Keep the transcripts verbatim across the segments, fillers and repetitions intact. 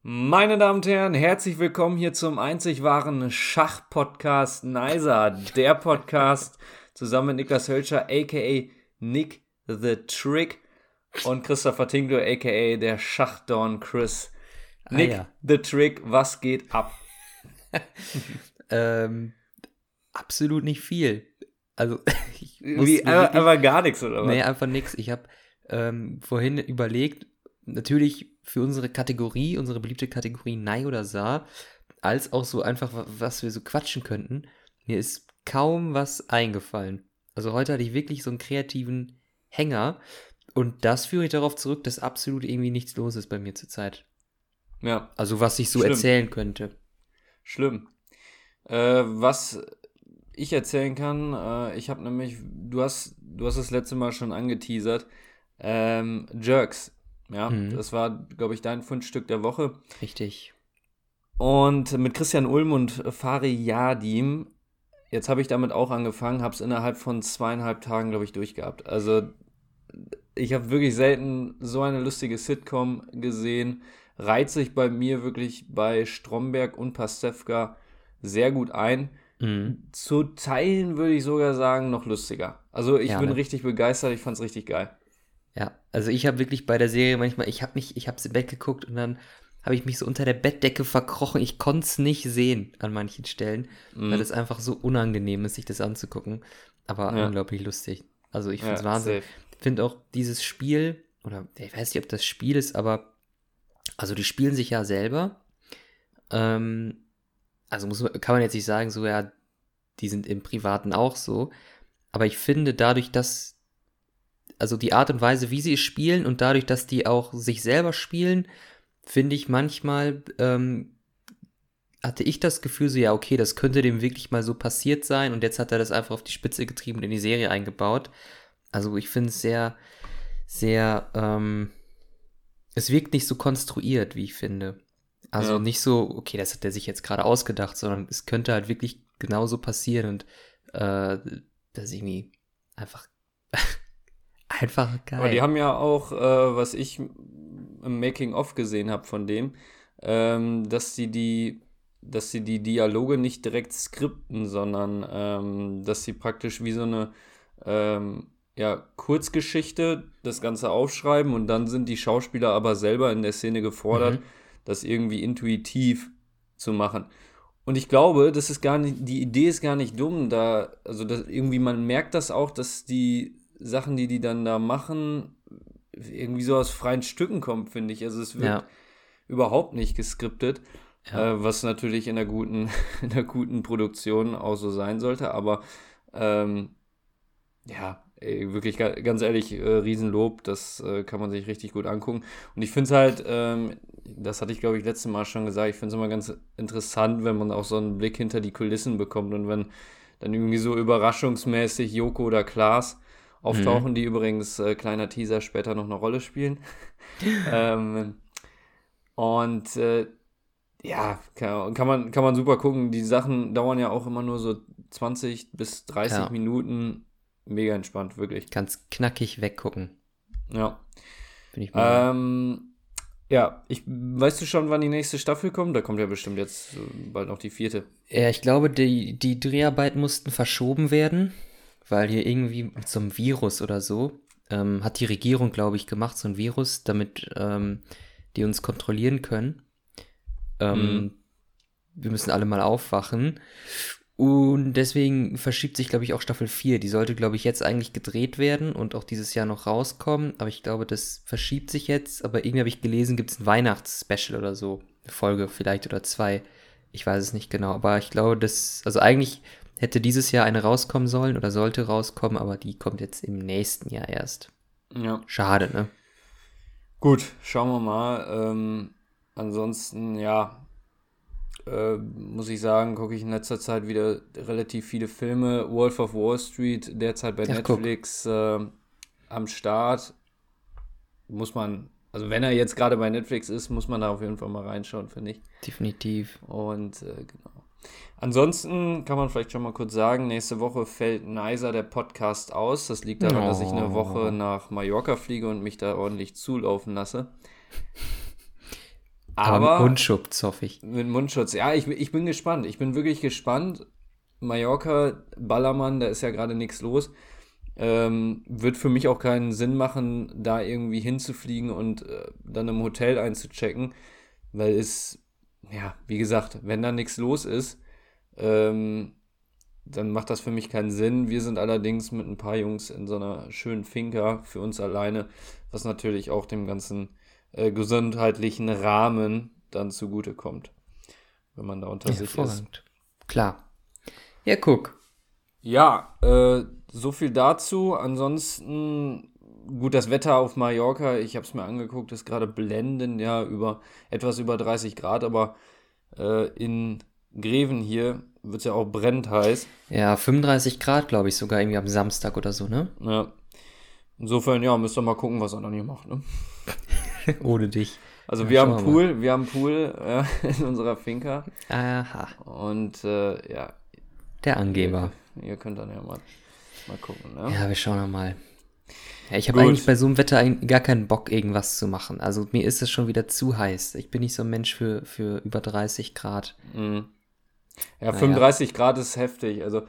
Meine Damen und Herren, herzlich willkommen hier zum einzig wahren Schach-Podcast Neiser, der Podcast zusammen mit Niklas Hölscher, aka Nick the Trick und Christopher Tinkler, aka der Schachdorn Chris. Nick ah, ja. the Trick, was geht ab? ähm, absolut nicht viel. Also, ich Wie, aber, aber gar nichts, oder was? Nee, einfach nichts. Ich habe ähm, vorhin überlegt, natürlich für unsere Kategorie, unsere beliebte Kategorie Nei oder Sa, als auch so einfach, was wir so quatschen könnten. Mir ist kaum was eingefallen. Also heute hatte ich wirklich so einen kreativen Hänger und das führe ich darauf zurück, dass absolut irgendwie nichts los ist bei mir zurzeit. Ja. Also was ich so Schlimm. erzählen könnte. Schlimm. Äh, was ich erzählen kann, äh, ich habe nämlich, du hast, du hast das letzte Mal schon angeteasert, ähm, Jerks. Ja, Mhm. das war, glaube ich, dein Fundstück der Woche. Richtig. Und mit Christian Ulm und Fari Yadim, jetzt habe ich damit auch angefangen, habe es innerhalb von zweieinhalb Tagen, glaube ich, durchgehabt. Also ich habe wirklich selten so eine lustige Sitcom gesehen. Reiht sich bei mir wirklich bei Stromberg und Pastewka sehr gut ein. Mhm. Zu Teilen würde ich sogar sagen, noch lustiger. Also ich Ja, bin ne? richtig begeistert, ich fand es richtig geil. Ja, also ich habe wirklich bei der Serie manchmal, ich habe mich, ich habe im Bett geguckt und dann habe ich mich so unter der Bettdecke verkrochen. Ich konnte es nicht sehen an manchen Stellen, Mhm. weil es einfach so unangenehm ist, sich das anzugucken. Aber Ja. unglaublich lustig. Also ich finde es Ja, Wahnsinn. safe. Ich finde auch dieses Spiel, oder ich weiß nicht, ob das Spiel ist, aber also die spielen sich ja selber. Ähm, also muss, man- kann man jetzt nicht sagen, so ja, die sind im Privaten auch so. Aber ich finde dadurch, dass also die Art und Weise, wie sie es spielen und dadurch, dass die auch sich selber spielen, finde ich manchmal, ähm, hatte ich das Gefühl so, ja, okay, das könnte dem wirklich mal so passiert sein und jetzt hat er das einfach auf die Spitze getrieben und in die Serie eingebaut. Also ich finde es sehr, sehr, ähm, es wirkt nicht so konstruiert, wie ich finde. Also Ja. nicht so, okay, das hat er sich jetzt gerade ausgedacht, sondern es könnte halt wirklich genauso passieren und äh, das ist irgendwie einfach einfach geil. Aber die haben ja auch, äh, was ich im Making-of gesehen habe von dem, ähm, dass sie die, dass sie die Dialoge nicht direkt skripten, sondern ähm, dass sie praktisch wie so eine ähm, ja, Kurzgeschichte das Ganze aufschreiben und dann sind die Schauspieler aber selber in der Szene gefordert, Mhm. das irgendwie intuitiv zu machen. Und ich glaube, das ist gar nicht, die Idee ist gar nicht dumm, da, also das, irgendwie, man merkt das auch, dass die Sachen, die die dann da machen, irgendwie so aus freien Stücken kommen, finde ich. Also es wird Ja. überhaupt nicht geskriptet, Ja. äh, was natürlich in einer guten, in einer guten Produktion auch so sein sollte, aber ähm, ja, ey, wirklich ga- ganz ehrlich, äh, Riesenlob, das äh, kann man sich richtig gut angucken. Und ich finde es halt, ähm, das hatte ich glaube ich letztes Mal schon gesagt, ich finde es immer ganz interessant, wenn man auch so einen Blick hinter die Kulissen bekommt und wenn dann irgendwie so überraschungsmäßig Joko oder Klaas auftauchen, Mhm. die übrigens, äh, kleiner Teaser, später noch eine Rolle spielen. ähm, und äh, ja, kann, kann, man, kann man super gucken. Die Sachen dauern ja auch immer nur so zwanzig bis dreißig Ja. Minuten. Mega entspannt, wirklich. Ganz knackig weggucken. Ja. Bin ich mal. Ähm, ja, ich, weißt du schon, wann die nächste Staffel kommt? Da kommt ja bestimmt jetzt äh, bald noch die vierte. Ja, ich glaube, die, die Dreharbeiten mussten verschoben werden, weil hier irgendwie mit so einem Virus oder so, ähm, hat die Regierung, glaube ich, gemacht, so ein Virus, damit ähm, die uns kontrollieren können. Ähm, Mhm. Wir müssen alle mal aufwachen. Und deswegen verschiebt sich, glaube ich, auch Staffel vier. Die sollte, glaube ich, jetzt eigentlich gedreht werden und auch dieses Jahr noch rauskommen. Aber ich glaube, das verschiebt sich jetzt. Aber irgendwie habe ich gelesen, gibt es ein Weihnachtsspecial oder so. Eine Folge vielleicht oder zwei. Ich weiß es nicht genau. Aber ich glaube, das, also eigentlich hätte dieses Jahr eine rauskommen sollen oder sollte rauskommen, aber die kommt jetzt im nächsten Jahr erst. Ja. Schade, ne? Gut, schauen wir mal. Ähm, ansonsten, ja, äh, muss ich sagen, gucke ich in letzter Zeit wieder relativ viele Filme. Wolf of Wall Street, derzeit bei Ach, guck. Netflix äh, am Start. Muss man, also wenn er jetzt gerade bei Netflix ist, muss man da auf jeden Fall mal reinschauen, finde ich. Definitiv. Und äh, genau. Ansonsten kann man vielleicht schon mal kurz sagen, nächste Woche fällt Neiser der Podcast aus. Das liegt daran, dass ich eine Oh. Woche nach Mallorca fliege und mich da ordentlich zulaufen lasse. Aber, aber mit Mundschutz, hoffe ich. Mit Mundschutz, ja, ich, ich bin gespannt. Ich bin wirklich gespannt. Mallorca, Ballermann, da ist ja gerade nichts los. Ähm, wird für mich auch keinen Sinn machen, da irgendwie hinzufliegen und äh, dann im Hotel einzuchecken, weil es, ja, wie gesagt, wenn da nichts los ist, ähm, dann macht das für mich keinen Sinn. Wir sind allerdings mit ein paar Jungs in so einer schönen Finca für uns alleine, was natürlich auch dem ganzen äh, gesundheitlichen Rahmen dann zugutekommt, wenn man da unter Ja, sich ist. hervorragend. Klar. Ja, guck. Ja, äh, so viel dazu. Ansonsten, gut, das Wetter auf Mallorca, ich habe es mir angeguckt, ist gerade blendend, ja, über etwas über dreißig Grad, aber äh, in Greven hier wird es ja auch brennend heiß. Ja, fünfunddreißig Grad, glaube ich, sogar irgendwie am Samstag oder so, ne? Ja. Insofern, ja, müsst ihr mal gucken, was er dann hier macht, ne? Ohne dich. Also Ja, wir haben schauen wir Pool, wir haben Pool äh, in unserer Finca Aha, und äh, ja, der Angeber. ihr, ihr könnt dann ja mal, mal gucken, ne? Ja, wir schauen noch mal. Ja, ich habe Gut. eigentlich bei so einem Wetter eigentlich gar keinen Bock, irgendwas zu machen. Also mir ist es schon wieder zu heiß. Ich bin nicht so ein Mensch für, für über dreißig Grad. Mhm. Ja, Naja. fünfunddreißig Grad ist heftig. Also,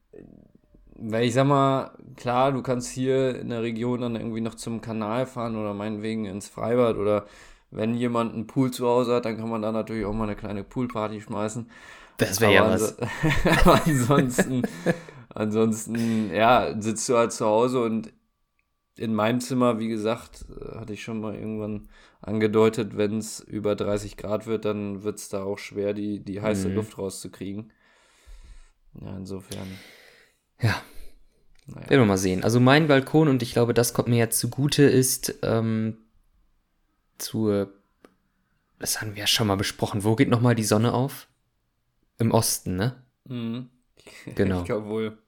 weil ich sag mal, klar, du kannst hier in der Region dann irgendwie noch zum Kanal fahren oder meinetwegen ins Freibad oder wenn jemand einen Pool zu Hause hat, dann kann man da natürlich auch mal eine kleine Poolparty schmeißen. Das wäre ja Aber was. anso- aber ansonsten, ansonsten, ja, sitzt du halt zu Hause und in meinem Zimmer, wie gesagt, äh, hatte ich schon mal irgendwann angedeutet, wenn es über dreißig Grad wird, dann wird es da auch schwer, die, die heiße Mhm. Luft rauszukriegen. Ja, insofern, Ja, naja. werden wir mal sehen. Also mein Balkon, und ich glaube, das kommt mir jetzt zugute, ist ähm, zur, das haben wir ja schon mal besprochen, wo geht nochmal die Sonne auf? Im Osten, ne? Mhm. Genau. Ich glaube wohl.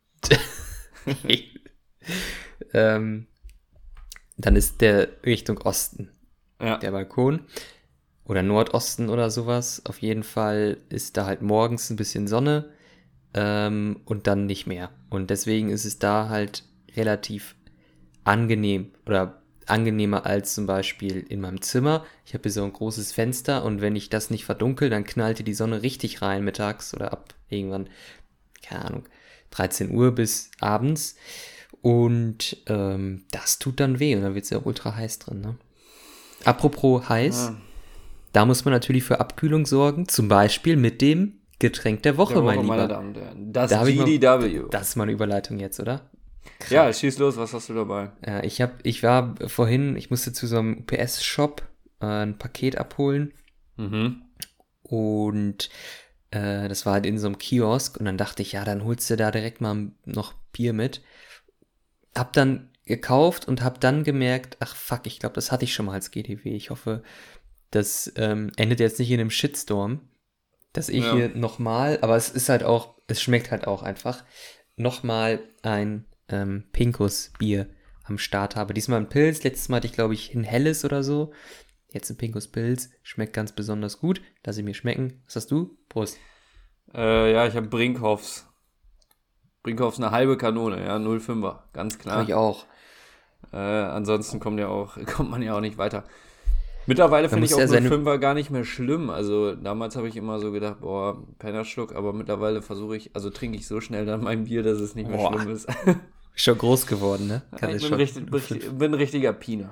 ähm, dann ist der Richtung Osten Ja, der Balkon oder Nordosten oder sowas. Auf jeden Fall ist da halt morgens ein bisschen Sonne ähm, und dann nicht mehr. Und deswegen ist es da halt relativ angenehm oder angenehmer als zum Beispiel in meinem Zimmer. Ich habe hier so ein großes Fenster und wenn ich das nicht verdunkel, dann knallte die Sonne richtig rein mittags oder ab irgendwann, keine Ahnung, dreizehn Uhr bis abends. Und ähm, das tut dann weh und dann wird es ja ultra heiß drin, ne? Apropos heiß, ja. da muss man natürlich für Abkühlung sorgen, zum Beispiel mit dem Getränk der Woche, Der Woche, mein meine Lieber. Damen und Herren. Das Da hab ich mal- G D W. Das ist mal eine Überleitung jetzt, oder? Ja, schieß los, was hast du dabei? Ja, ich hab, ich war vorhin, ich musste zu so einem U P S-Shop äh, ein Paket abholen Mhm. und äh, das war halt in so einem Kiosk und dann dachte ich, ja, dann holst du da direkt mal noch Bier mit. Hab dann gekauft und hab dann gemerkt, ach fuck, ich glaube, das hatte ich schon mal als G D W. Ich hoffe, das ähm, endet jetzt nicht in einem Shitstorm, dass ich Ja. hier nochmal, aber es ist halt auch, es schmeckt halt auch einfach, nochmal ein ähm, Pinkus-Bier am Start habe. Diesmal ein Pils, letztes Mal hatte ich, glaube ich, ein helles oder so. Jetzt ein Pinkus-Pils, schmeckt ganz besonders gut. Lass ich mir schmecken. Was hast du? Prost. Äh, ja, ich habe Brinkhoffs. Brinkhoffs eine halbe Kanone, ja, null Komma fünfer, ganz Hab klar. ich auch. Äh, ansonsten kommt, ja auch, kommt man ja auch nicht weiter. Mittlerweile Man finde ich muss auch ja null seine- Komma fünfer gar nicht mehr schlimm. Also damals habe ich immer so gedacht, boah, Pennerschluck, aber mittlerweile versuche ich, also trinke ich so schnell dann mein Bier, dass es nicht mehr Boah. schlimm ist. Schon groß geworden, ne? Kann ich ich bin, schon. richtig, richtig, bin ein richtiger Piener.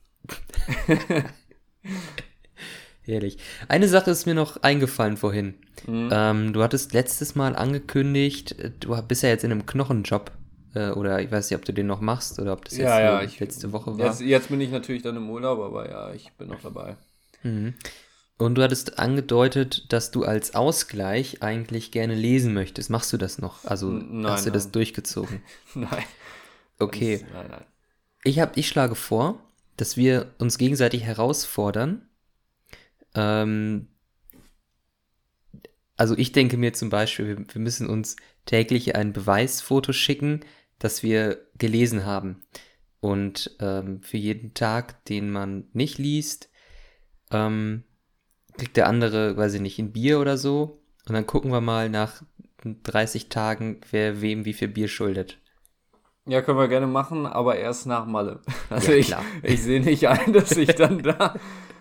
Herrlich. Eine Sache ist mir noch eingefallen vorhin. Mhm. Ähm, du hattest letztes Mal angekündigt, äh, du bist ja jetzt in einem Knochenjob. Äh, oder ich weiß nicht, ob du den noch machst oder ob das jetzt Ja, ja, nur ich, letzte Woche war. Jetzt, jetzt bin ich natürlich dann im Urlaub, aber ja, ich bin noch dabei. Mhm. Und du hattest angedeutet, dass du als Ausgleich eigentlich gerne lesen möchtest. Machst du das noch? Also N- nein, hast du das nein. durchgezogen? Nein. Okay. Das, nein, nein. Ich, hab, ich schlage vor, dass wir uns gegenseitig herausfordern. Ähm, also ich denke mir zum Beispiel, wir, wir müssen uns täglich ein Beweisfoto schicken, dass wir gelesen haben. Und ähm, für jeden Tag, den man nicht liest, ähm, kriegt der andere, weiß ich nicht, ein Bier oder so. Und dann gucken wir mal nach dreißig Tagen, wer wem wie viel Bier schuldet. Ja, können wir gerne machen, aber erst nach Malle. Also Ja, ich, klar. ich sehe nicht ein, dass ich dann da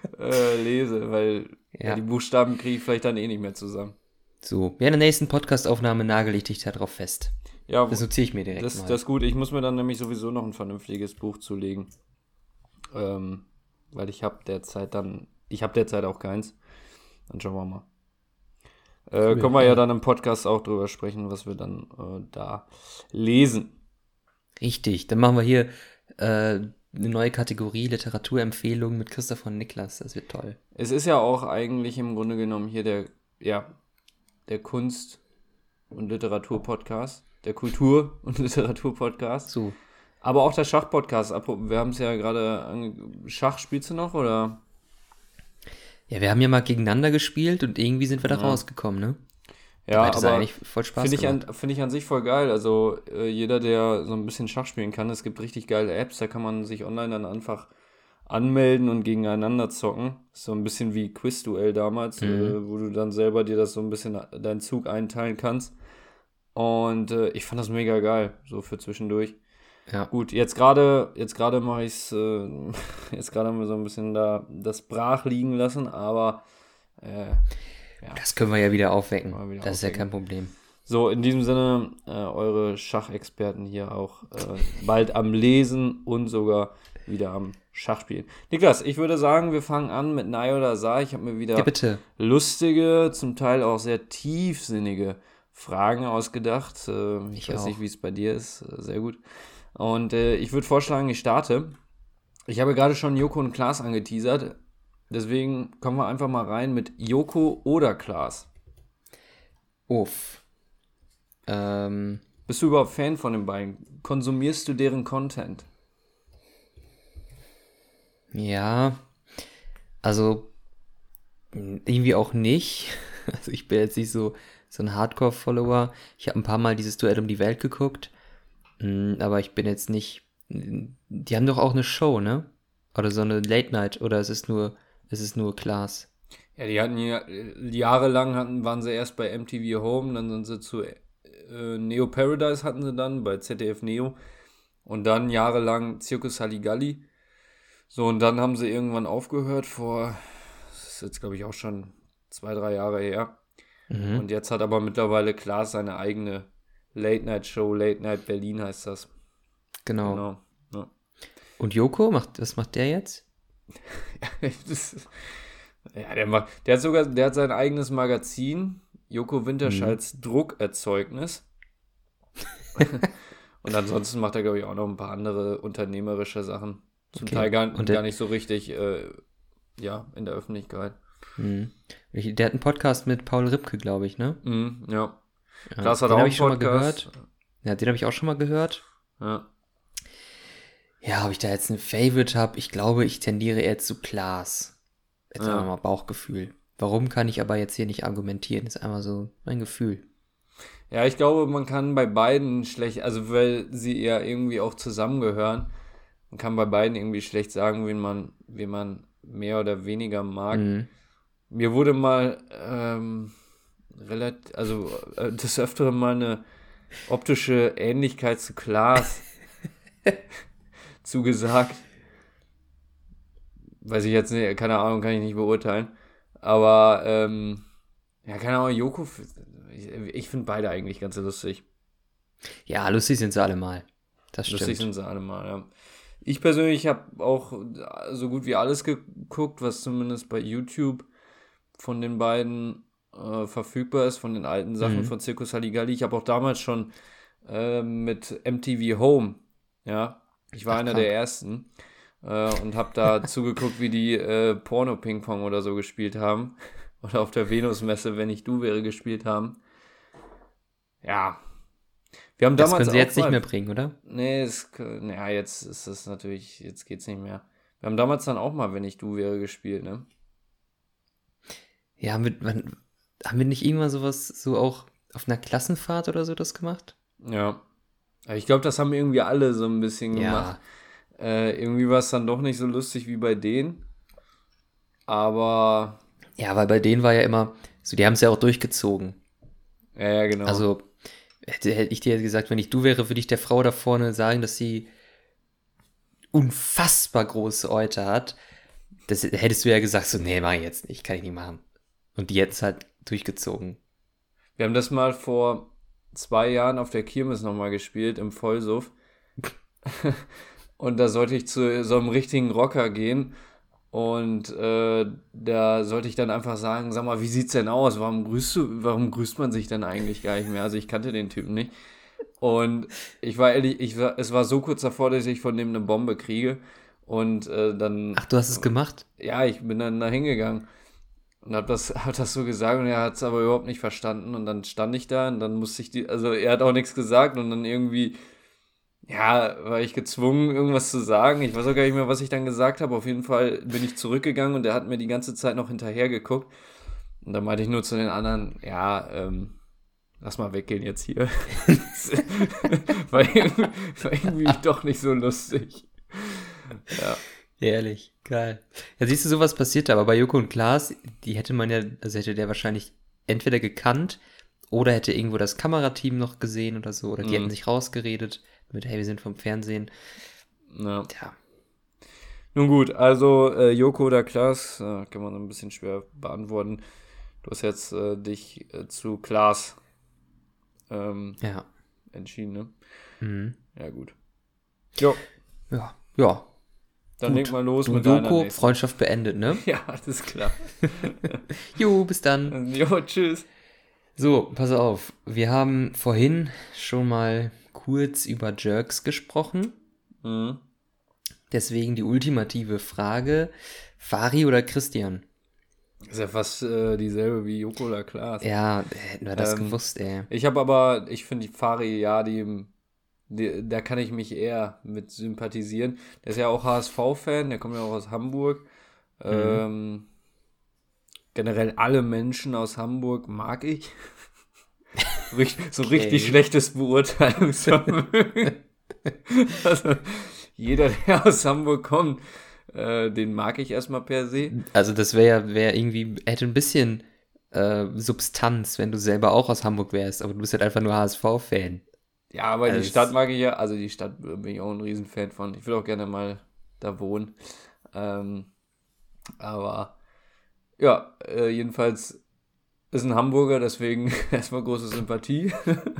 äh, lese, weil ja. Ja. die Buchstaben kriege ich vielleicht dann eh nicht mehr zusammen. So, ja, in der nächsten Podcast-Aufnahme nagel ich dich da drauf fest. Ja, Das notiere ich mir direkt das, mal. das ist gut. Ich muss mir dann nämlich sowieso noch ein vernünftiges Buch zulegen. Ähm, weil ich habe derzeit dann, ich habe derzeit auch keins. Dann schauen wir mal. Äh, Cool, können wir ja. ja. dann im Podcast auch drüber sprechen, was wir dann äh, da lesen. Richtig, dann machen wir hier äh, eine neue Kategorie Literaturempfehlungen mit Christoph und Niklas. Das wird toll. Es ist ja auch eigentlich im Grunde genommen hier der, ja, der Kunst- und Literatur-Podcast, der Kultur- und Literatur-Podcast. So. Aber auch der Schach-Podcast. Wir haben es ja gerade ange... Schach spielst du noch, oder? Ja, wir haben ja mal gegeneinander gespielt und irgendwie sind wir da Ja. rausgekommen, ne? Ja, hat es aber eigentlich voll Spaß finde ich, gemacht. an, find ich an sich voll geil. Also äh, jeder, der so ein bisschen Schach spielen kann, es gibt richtig geile Apps, da kann man sich online dann einfach anmelden und gegeneinander zocken. So ein bisschen wie Quizduell damals, Mhm. äh, wo du dann selber dir das so ein bisschen deinen Zug einteilen kannst. Und äh, ich fand das mega geil, so für zwischendurch. Ja. Gut, jetzt gerade jetzt gerade mache ich es, äh, jetzt gerade haben wir so ein bisschen da das brach liegen lassen, aber äh, Das können wir ja wieder aufwecken. Mal wieder das ist ja aufwecken. kein Problem. so, in diesem Sinne, äh, eure Schachexperten hier auch äh, bald am Lesen und sogar wieder am Schachspielen. Niklas, ich würde sagen, wir fangen an mit Nai oder Sa. Ich habe mir wieder Ja, bitte. lustige, zum Teil auch sehr tiefsinnige Fragen ausgedacht. Äh, ich, Ich weiß auch. nicht, wie es bei dir ist. Äh, sehr gut. Und äh, ich würde vorschlagen, ich starte. Ich habe gerade schon Joko und Klaas angeteasert. Deswegen kommen wir einfach mal rein mit Joko oder Klaas. Uff. Ähm, Bist du überhaupt Fan von den beiden? Konsumierst du deren Content? ja. Also, mh, irgendwie auch nicht. Also, ich bin jetzt nicht so, so ein Hardcore-Follower. Ich habe ein paar Mal dieses Duell um die Welt geguckt. Mh, Aber ich bin jetzt nicht. Die haben doch auch eine Show, ne? Oder so eine Late Night. Oder ist es nur, ist es nur Klaas? Ja, die hatten ja jahrelang hatten, waren sie erst bei M T V Home, dann sind sie zu äh, Neo Paradise hatten sie dann bei Z D F Neo und dann jahrelang Circus Halligalli. So, und dann haben sie irgendwann aufgehört vor, das ist jetzt glaube ich auch schon zwei, drei Jahre her. Mhm. Und jetzt hat aber mittlerweile Klaas seine eigene Late Night Show, Late Night Berlin heißt das. Genau. Genau. Ja. Und Joko, macht, was macht der jetzt? das, ja, der macht, der hat sogar, der hat sein eigenes Magazin, Joko Winterscheids Druckerzeugnis. Und ansonsten macht er, glaube ich, auch noch ein paar andere unternehmerische Sachen. Zum Okay. Teil gar, Und der- gar nicht so richtig, äh, ja, in der Öffentlichkeit. Mhm. Ich- Der hat einen Podcast mit Paul Ripke, glaube ich, ne? Mhm, ja. Ja, Klaas hat den auch habe einen ich schon mal Podcast. gehört. Ja, den habe ich auch schon mal gehört. Ja. Ja, ob ich da jetzt ein Favorite habe, ich glaube, ich tendiere eher zu Klaas. Jetzt Ja. einfach mal Bauchgefühl. Warum kann ich aber jetzt hier nicht argumentieren? Ist einmal so mein Gefühl. Ja, ich glaube, man kann bei beiden schlecht, also weil sie ja irgendwie auch zusammengehören, man kann bei beiden irgendwie schlecht sagen, wen man, wen man mehr oder weniger mag. Mhm. Mir wurde mal ähm, relativ, also äh, des Öfteren mal eine optische Ähnlichkeit zu Klaas zugesagt. Weiß ich jetzt nicht, keine Ahnung, kann ich nicht beurteilen. Aber, ähm, ja, keine Ahnung, Joko, ich, ich finde beide eigentlich ganz lustig. Ja, lustig sind sie alle mal. Das stimmt. Lustig sind sie alle mal, ja. Ich persönlich habe auch so gut wie alles geguckt, was zumindest bei YouTube von den beiden äh, verfügbar ist, von den alten Sachen Mhm. von Circus Halligalli. Ich habe auch damals schon äh, mit M T V Home, ja, ich war Ach, einer krank. der ersten äh, und habe da zugeguckt, wie die äh, Porno-Ping-Pong oder so gespielt haben. Oder auf der Venus-Messe, wenn ich du wäre, gespielt haben. Ja. Wir haben Das damals können sie auch jetzt nicht mal- mehr bringen, oder? Nee, es, ja, jetzt ist es natürlich, jetzt geht's nicht mehr. Wir haben damals dann auch mal, wenn ich du wäre, gespielt, ne? Ja, haben wir, wann, haben wir nicht irgendwann sowas, so auch auf einer Klassenfahrt oder so das gemacht? Ja. Aber ich glaube, das haben irgendwie alle so ein bisschen Ja. gemacht. Äh, irgendwie war es dann doch nicht so lustig wie bei denen. Aber, Ja, weil bei denen war ja immer, so die haben es ja auch durchgezogen. ja, ja, genau. Also hätte, hätte ich dir gesagt, wenn ich du wäre, würde ich der Frau da vorne sagen, dass sie unfassbar große Euter hat. das hättest du ja gesagt, so, nee, mach ich jetzt nicht, kann ich nicht machen. Und die jetzt halt durchgezogen. Wir haben das mal vor zwei Jahren auf der Kirmes nochmal gespielt, im Vollsuff. Und da sollte ich zu so einem richtigen Rocker gehen. Und äh, da sollte ich dann einfach sagen, sag mal, wie sieht's denn aus? Warum grüßt du, warum grüßt man sich denn eigentlich gar nicht mehr? Also ich kannte den Typen nicht. Und ich war ehrlich, ich war, es war so kurz davor, dass ich von dem eine Bombe kriege. Und äh, dann... Ach, du hast es gemacht? Ja, ich bin dann da hingegangen und hab das, hab das so gesagt und er hat es aber überhaupt nicht verstanden. Und dann stand ich da und dann musste ich die, also er hat auch nichts gesagt und dann irgendwie, ja, war ich gezwungen, irgendwas zu sagen. Ich weiß auch gar nicht mehr, was ich dann gesagt habe. Auf jeden Fall bin ich zurückgegangen und er hat mir die ganze Zeit noch hinterher geguckt. Und dann meinte ich nur zu den anderen, ja, ähm, lass mal weggehen jetzt hier. war, irgendwie, war irgendwie doch nicht so lustig. Ja. Ehrlich, geil. Ja, siehst du, sowas passiert da, aber bei Joko und Klaas, die hätte man ja, also hätte der wahrscheinlich entweder gekannt oder hätte irgendwo das Kamerateam noch gesehen oder so, oder die Mhm. hätten sich rausgeredet mit, hey, wir sind vom Fernsehen. Ja. Tja, Nun gut, also äh, Joko oder Klaas, äh, kann man ein bisschen schwer beantworten. Du hast jetzt äh, dich äh, zu Klaas ähm, ja. entschieden, ne? Mhm. Ja, gut. Jo, Ja, ja. dann Gut. leg mal los Du mit und deiner Joko, nächsten. Freundschaft beendet, ne? Ja, alles klar. Jo, bis dann. Jo, tschüss. So, pass auf. Wir haben vorhin schon mal kurz über Jerks gesprochen. Mhm. Deswegen die ultimative Frage: Fari oder Christian? Ist ja fast äh, dieselbe wie Joko oder Klaas. Ja, hätten wir das Ähm, gewusst, ey. Ich habe aber, ich finde die Fari, ja, die, die, da kann ich mich eher mit sympathisieren. Der ist ja auch H S V-Fan, der kommt ja auch aus Hamburg. Ähm, generell alle Menschen aus Hamburg mag ich. Richt, so Okay. richtig schlechtes Beurteilungsvermögen. Also, jeder, der aus Hamburg kommt, äh, den mag ich erstmal per se. Also das wäre ja wär irgendwie, hätte ein bisschen äh, Substanz, wenn du selber auch aus Hamburg wärst, aber du bist halt einfach nur H S V-Fan. Ja, aber Also die es- Stadt mag ich ja, also die Stadt bin ich auch ein Riesenfan von. Ich will auch gerne mal da wohnen. Ähm, aber ja, äh, jedenfalls ist ein Hamburger, deswegen erstmal große Sympathie.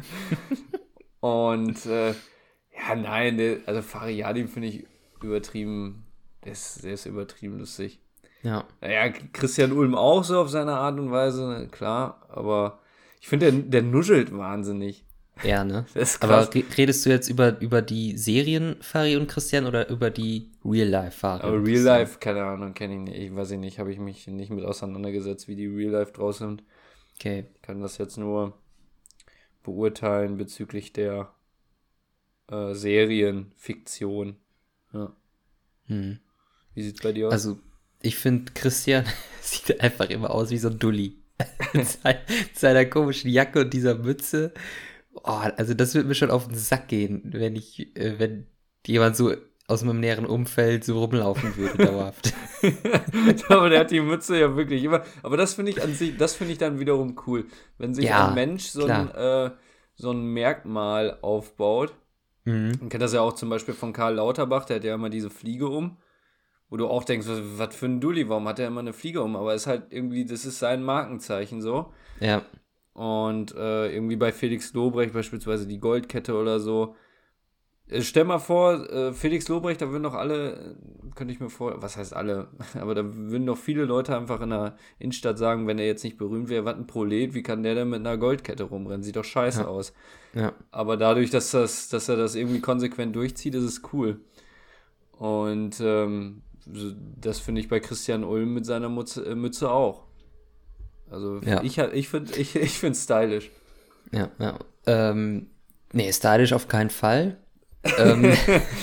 Und äh, ja, nein, der, also Fariadim finde ich übertrieben, der ist, der ist übertrieben lustig. Ja. Naja, Christian Ulm auch so auf seine Art und Weise, ne, klar, aber ich finde, der, der nuschelt wahnsinnig. Ja, ne? Das ist Aber krass. re- redest du jetzt über, über die Serien Fari und Christian oder über die Real-Life-Fari? Aber und Real Christian? Life, keine Ahnung, kenne ich nicht. Ich weiß ich nicht, habe ich mich nicht mit auseinandergesetzt, wie die Real Life draus sind. Okay. Ich kann das jetzt nur beurteilen bezüglich der äh, Serienfiktion. Ja. Hm. Wie sieht's bei dir aus? Also, ich finde, Christian sieht einfach immer aus wie so ein Dulli. Mit sein- seiner komischen Jacke und dieser Mütze. Oh, also das wird mir schon auf den Sack gehen, wenn ich, äh, wenn jemand so aus meinem näheren Umfeld so rumlaufen würde, dauerhaft. Aber der hat die Mütze ja wirklich immer. Aber das finde ich an sich, das finde ich dann wiederum cool. Wenn sich Ja, ein Mensch so ein, äh, so ein Merkmal aufbaut. Mhm. Man kennt das ja auch zum Beispiel von Karl Lauterbach, der hat ja immer diese Fliege um. Wo du auch denkst, was, was für ein Dulli, warum hat er immer eine Fliege um? Aber es ist halt irgendwie, das ist sein Markenzeichen so. Ja, Und äh, irgendwie bei Felix Lobrecht beispielsweise die Goldkette oder so. Äh, Stell mal vor, äh, Felix Lobrecht, da würden doch alle, äh, könnte ich mir vor, was heißt alle, aber da würden doch viele Leute einfach in der Innenstadt sagen, wenn er jetzt nicht berühmt wäre, was ein Prolet, wie kann der denn mit einer Goldkette rumrennen? Sieht doch scheiße Ja. aus. ja, Aber dadurch, dass, das, dass er das irgendwie konsequent durchzieht, ist es cool. Und ähm, so- das finde ich bei Christian Ulm mit seiner Mütze, äh, Mütze auch. Also Ja. ich, ich finde ich, ich finde stylisch. ja, ja. Ähm, nee, stylisch auf keinen Fall. ähm,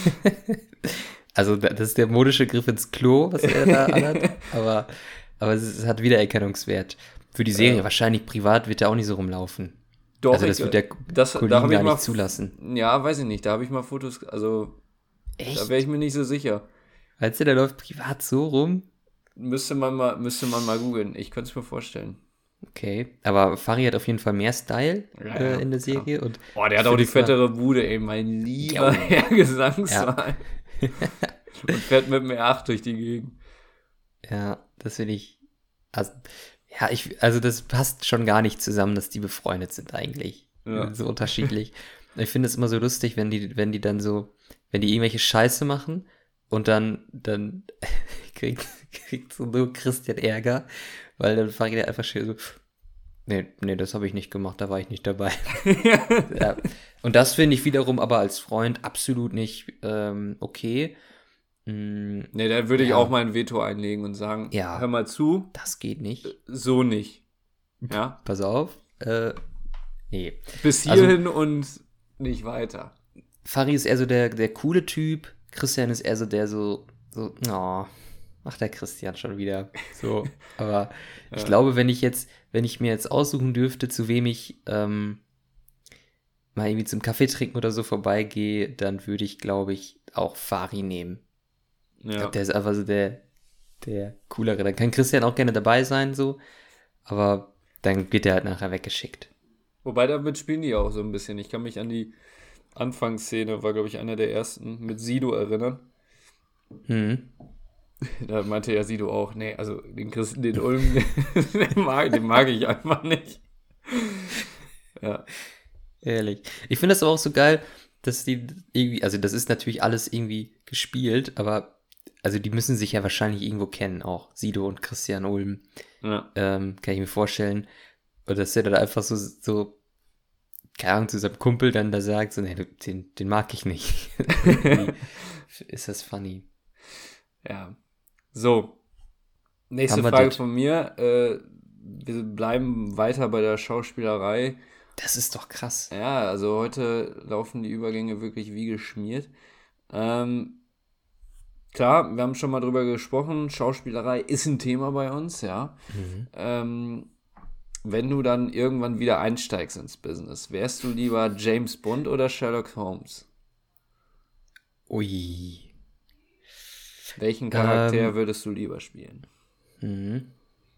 also da- das ist der modische Griff ins Klo, was er da anhat, aber, aber es, es hat Wiedererkennungswert. Für die Serie, Ja. wahrscheinlich privat wird er auch nicht so rumlaufen. Doch, also das ich- wird der das- da Kollegen hab ich gar mal- nicht zulassen. Ja, weiß ich nicht. Da habe ich mal Fotos, also da Echt? wäre ich mir nicht so sicher. Weißt du, der läuft privat so rum? Müsste man mal, müsste man mal googeln. Ich könnte es mir vorstellen. Okay, aber Fari hat auf jeden Fall mehr Style Ja, äh, ja, in der klar. Serie. Und Oh, der hat Ich auch die find es fettere Bude, ey, mein lieber Jo. Herr Gesangsverein. Und fährt mit dem R acht durch die Gegend. Ja, das finde ich. Also, ja, ich, also das passt schon gar nicht zusammen, dass die befreundet sind eigentlich. Ja. So unterschiedlich. Ich finde es immer so lustig, wenn die, wenn die dann so, wenn die irgendwelche Scheiße machen und dann, dann kriegt, kriegt so nur Christian Ärger, weil dann fragt er einfach schön so, nee, nee, das habe ich nicht gemacht, da war ich nicht dabei. Ja. Und das finde ich wiederum aber als Freund absolut nicht ähm, okay. Mm, Nee, da würde ich ja. auch mal ein Veto einlegen und sagen, Ja. hör mal zu, Das geht nicht. so nicht. Ja? Pass auf. Äh, nee. Bis Also- hierhin und nicht weiter. Fari ist eher so der, der coole Typ. Christian ist eher so der so, so, oh, ach der Christian schon wieder. So, aber ich Ja. glaube, wenn ich jetzt, wenn ich mir jetzt aussuchen dürfte, zu wem ich ähm, mal irgendwie zum Kaffee trinken oder so vorbeigehe, dann würde ich, glaube ich, auch Fari nehmen. Ich Ja. glaube, der ist einfach so der, der coolere. Dann kann Christian auch gerne dabei sein, so, aber dann wird er halt nachher weggeschickt. Wobei damit spielen die auch so ein bisschen. Ich kann mich an die Anfangsszene, war glaube ich einer der ersten, mit Sido erinnern. Mhm. Da meinte ja Sido auch, nee, also den Christen, den Ulm, den, mag, den mag ich einfach nicht. Ja. Ehrlich. Ich finde das aber auch so geil, dass die irgendwie, also das ist natürlich alles irgendwie gespielt, aber also die müssen sich ja wahrscheinlich irgendwo kennen, auch Sido und Christian Ulm, Ja. ähm, kann ich mir vorstellen. Und dass der dann einfach so, so, keine Ahnung, zu seinem Kumpel dann da sagt, so, nee, du, den, den mag ich nicht. Irgendwie ist das funny. Ja. So. Nächste Haben wir Frage das? von mir. Äh, wir bleiben weiter bei der Schauspielerei. Das ist doch krass. Ja, also heute laufen die Übergänge wirklich wie geschmiert. Ähm, klar, wir haben schon mal drüber gesprochen. Schauspielerei ist ein Thema bei uns, ja. Mhm. Ähm, wenn du dann irgendwann wieder einsteigst ins Business, wärst du lieber James Bond oder Sherlock Holmes? Ui. Welchen Charakter Ähm. würdest du lieber spielen? Mhm.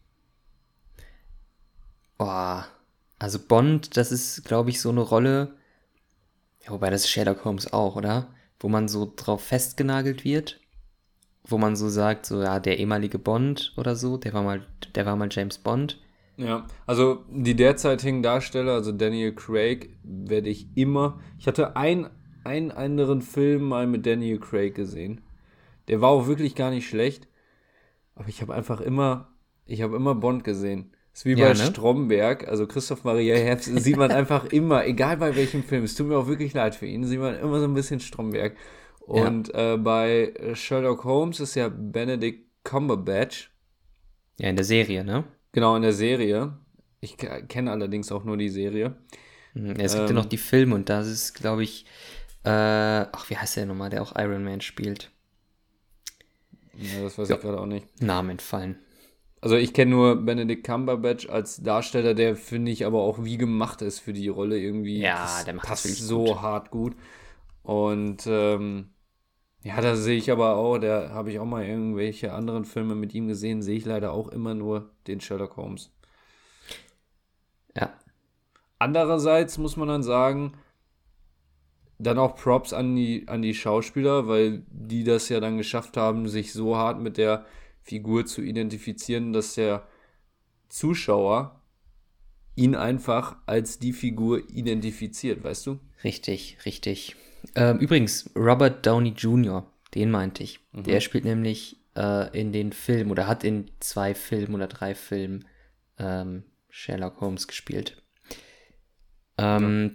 Boah. Also Bond, das ist, glaube ich, so eine Rolle, ja, wobei das ist Sherlock Holmes auch, oder? Wo man so drauf festgenagelt wird, wo man so sagt, so, ja, der ehemalige Bond oder so, der war mal, der war mal James Bond. Ja, also die derzeitigen Darsteller, also Daniel Craig, werde ich immer. Ich hatte ein, einen anderen Film mal mit Daniel Craig gesehen. Der war auch wirklich gar nicht schlecht. Aber ich habe einfach immer, ich habe immer Bond gesehen. Das ist wie Ja, bei ne? Stromberg, also Christoph Maria Herbst, sieht man einfach immer, egal bei welchem Film, es tut mir auch wirklich leid für ihn, sieht man immer so ein bisschen Stromberg. Und äh, bei Sherlock Holmes ist ja Benedict Cumberbatch, Ja, in der Serie, ne? genau in der Serie. Ich ke- kenne allerdings auch nur die Serie. Mhm. Ja, es gibt ja Ähm. noch die Filme und das ist, glaube ich, äh, ach, wie heißt der nochmal, der auch Iron Man spielt? Ja, das weiß Ja. ich gerade auch nicht. Namen entfallen. Also ich kenne nur Benedict Cumberbatch als Darsteller, der finde ich aber auch wie gemacht ist für die Rolle irgendwie. Ja, das der macht das passt wirklich so gut. hart gut. Und ähm, ja, da sehe ich aber auch, da habe ich auch mal irgendwelche anderen Filme mit ihm gesehen, sehe ich leider auch immer nur den Sherlock Holmes. Ja. Andererseits muss man dann sagen, dann auch Props an die, an die Schauspieler, weil die das ja dann geschafft haben, sich so hart mit der Figur zu identifizieren, dass der Zuschauer ihn einfach als die Figur identifiziert, weißt du? Richtig, richtig. Ähm, übrigens, Robert Downey Junior, den meinte ich. Mhm. Der spielt nämlich äh, in den Filmen oder hat in zwei Filmen oder drei Filmen ähm, Sherlock Holmes gespielt. Ähm,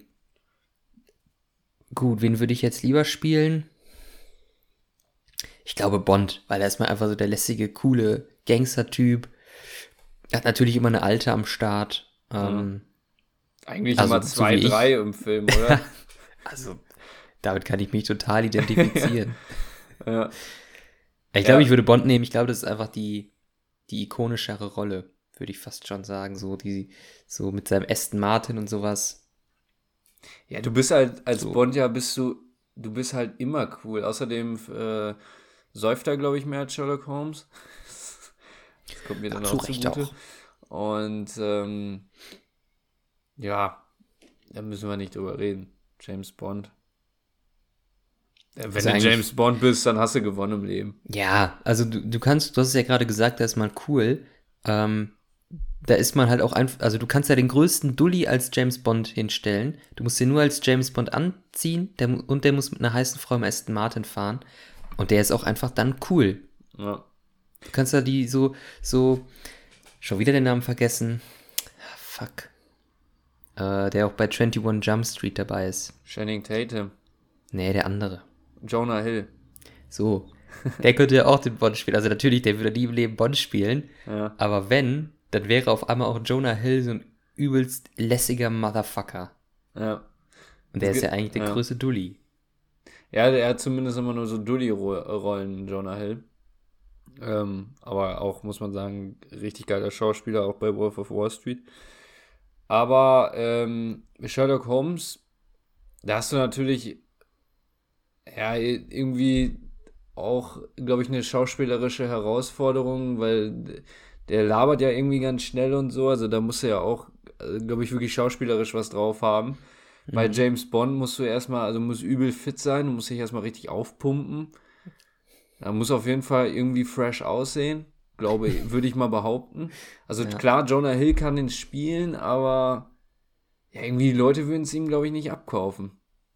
Gut, wen würde ich jetzt lieber spielen? Ich glaube Bond, weil er ist mal einfach so der lässige, coole Gangster-Typ. Er hat natürlich immer eine Alte am Start. Ähm, Eigentlich Also, immer so zwei, wie ich. drei im Film, oder? Also, damit kann ich mich total identifizieren. Ja. Ich glaube, Ja. ich würde Bond nehmen. Ich glaube, das ist einfach die, die ikonischere Rolle, würde ich fast schon sagen. So, die, so mit seinem Aston Martin und sowas. Ja, du bist halt, als So. Bond ja bist du, du bist halt immer cool. Außerdem äh, säuft er, glaube ich, mehr als Sherlock Holmes. Das kommt mir dann Ja, zu auch Recht zugute. auch. Und ähm, ja, da müssen wir nicht drüber reden. James Bond. Wenn Also du eigentlich- James Bond bist, dann hast du gewonnen im Leben. Ja, also du, du kannst, du hast es ja gerade gesagt, da ist man cool. Ähm, da ist man halt auch einfach, also du kannst ja den größten Dulli als James Bond hinstellen. Du musst den nur als James Bond anziehen der, mu- und der muss mit einer heißen Frau im Aston Martin fahren. Und der ist auch einfach dann cool. Ja. Du kannst da die so, so, schon wieder den Namen vergessen. Ah, fuck. Äh, der auch bei einundzwanzig Jump Street dabei ist. Channing Tatum, Nee, der andere. Jonah Hill. So. Der könnte ja auch den Bond spielen. Also natürlich, der würde nie im Leben Bond spielen. Ja. Aber wenn, dann wäre auf einmal auch Jonah Hill so ein übelst lässiger Motherfucker. Ja. Und der Das ist ja ge- eigentlich der ja. größte Dulli. Ja, der hat zumindest immer nur so Dulli-Rollen, Jonah Hill. Ähm, aber auch, muss man sagen, richtig geiler Schauspieler, auch bei Wolf of Wall Street. Aber ähm, Sherlock Holmes, da hast du natürlich ja irgendwie auch, glaube ich, eine schauspielerische Herausforderung, weil der labert ja irgendwie ganz schnell und so. Also da musst du ja auch, glaube ich, wirklich schauspielerisch was drauf haben. Bei James Bond musst du erstmal, also muss übel fit sein, du musst dich erstmal richtig aufpumpen. Da muss auf jeden Fall irgendwie fresh aussehen, glaube ich, würde ich mal behaupten. Also Ja. klar, Jonah Hill kann den spielen, aber ja, irgendwie die Leute würden es ihm, glaube ich, nicht abkaufen.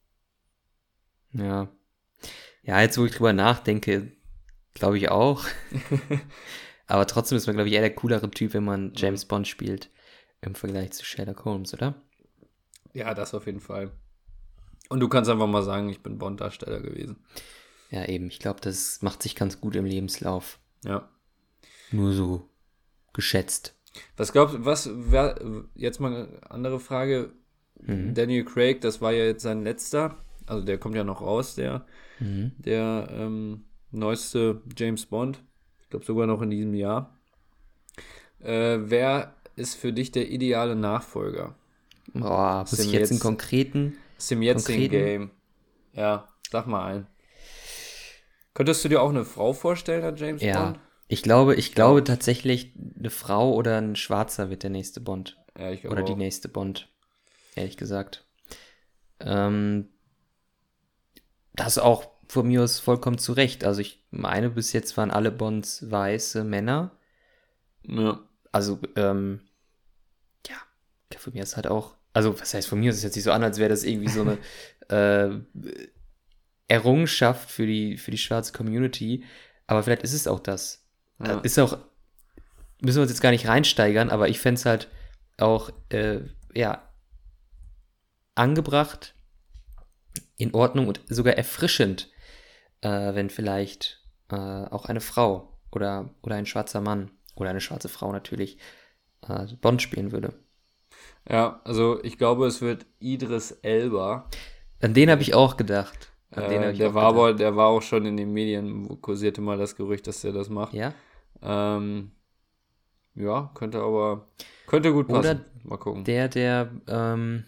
Ja. Ja, jetzt wo ich drüber nachdenke, glaube ich auch. Aber trotzdem ist man, glaube ich, eher der coolere Typ, wenn man James Bond spielt. Im Vergleich zu Sherlock Holmes, oder? Ja, das auf jeden Fall. Und du kannst einfach mal sagen, ich bin Bond-Darsteller gewesen. Ja, eben. Ich glaube, das macht sich ganz gut im Lebenslauf. Ja. Nur so geschätzt. Was glaubst du, was, wer, jetzt mal eine andere Frage. Mhm. Daniel Craig, das war ja jetzt sein letzter, also der kommt ja noch raus, der, Mhm. der ähm, neueste James Bond. Ich glaube sogar noch in diesem Jahr. Äh, wer ist für dich der ideale Nachfolger? Boah, muss Sind ich wir jetzt einen jetzt- konkreten? Aus dem jetzigen Konkreten? Game. Ja, sag mal ein. Könntest du dir auch eine Frau vorstellen, als James Ja. Bond? Ich glaube, ich glaube Ja. tatsächlich, eine Frau oder ein Schwarzer wird der nächste Bond. Ja, ich glaube Oder die auch. nächste Bond. Ehrlich gesagt. Ähm, das auch von mir aus vollkommen zu Recht. Also ich meine, bis jetzt waren alle Bonds weiße Männer. Ja. Also, ähm, ja, von mir ist halt auch, also was heißt von mir, es ist jetzt nicht so an, als wäre das irgendwie so eine äh, Errungenschaft für die, für die schwarze Community, aber vielleicht ist es auch das. Ja. Äh, Ist auch, müssen wir uns jetzt gar nicht reinsteigern, aber ich fände es halt auch, äh, ja, angebracht, in Ordnung und sogar erfrischend, äh, wenn vielleicht äh, auch eine Frau oder, oder ein schwarzer Mann oder eine schwarze Frau natürlich äh, Bond spielen würde. Ja, also ich glaube, es wird Idris Elba. An den habe ich auch gedacht. An den Äh, hab ich der auch war gedacht. aber, der war auch schon in den Medien, wo kursierte mal das Gerücht, dass der das macht. Ja? Ähm, ja, könnte aber, könnte gut Oder passen. Mal gucken. Der, der, ähm,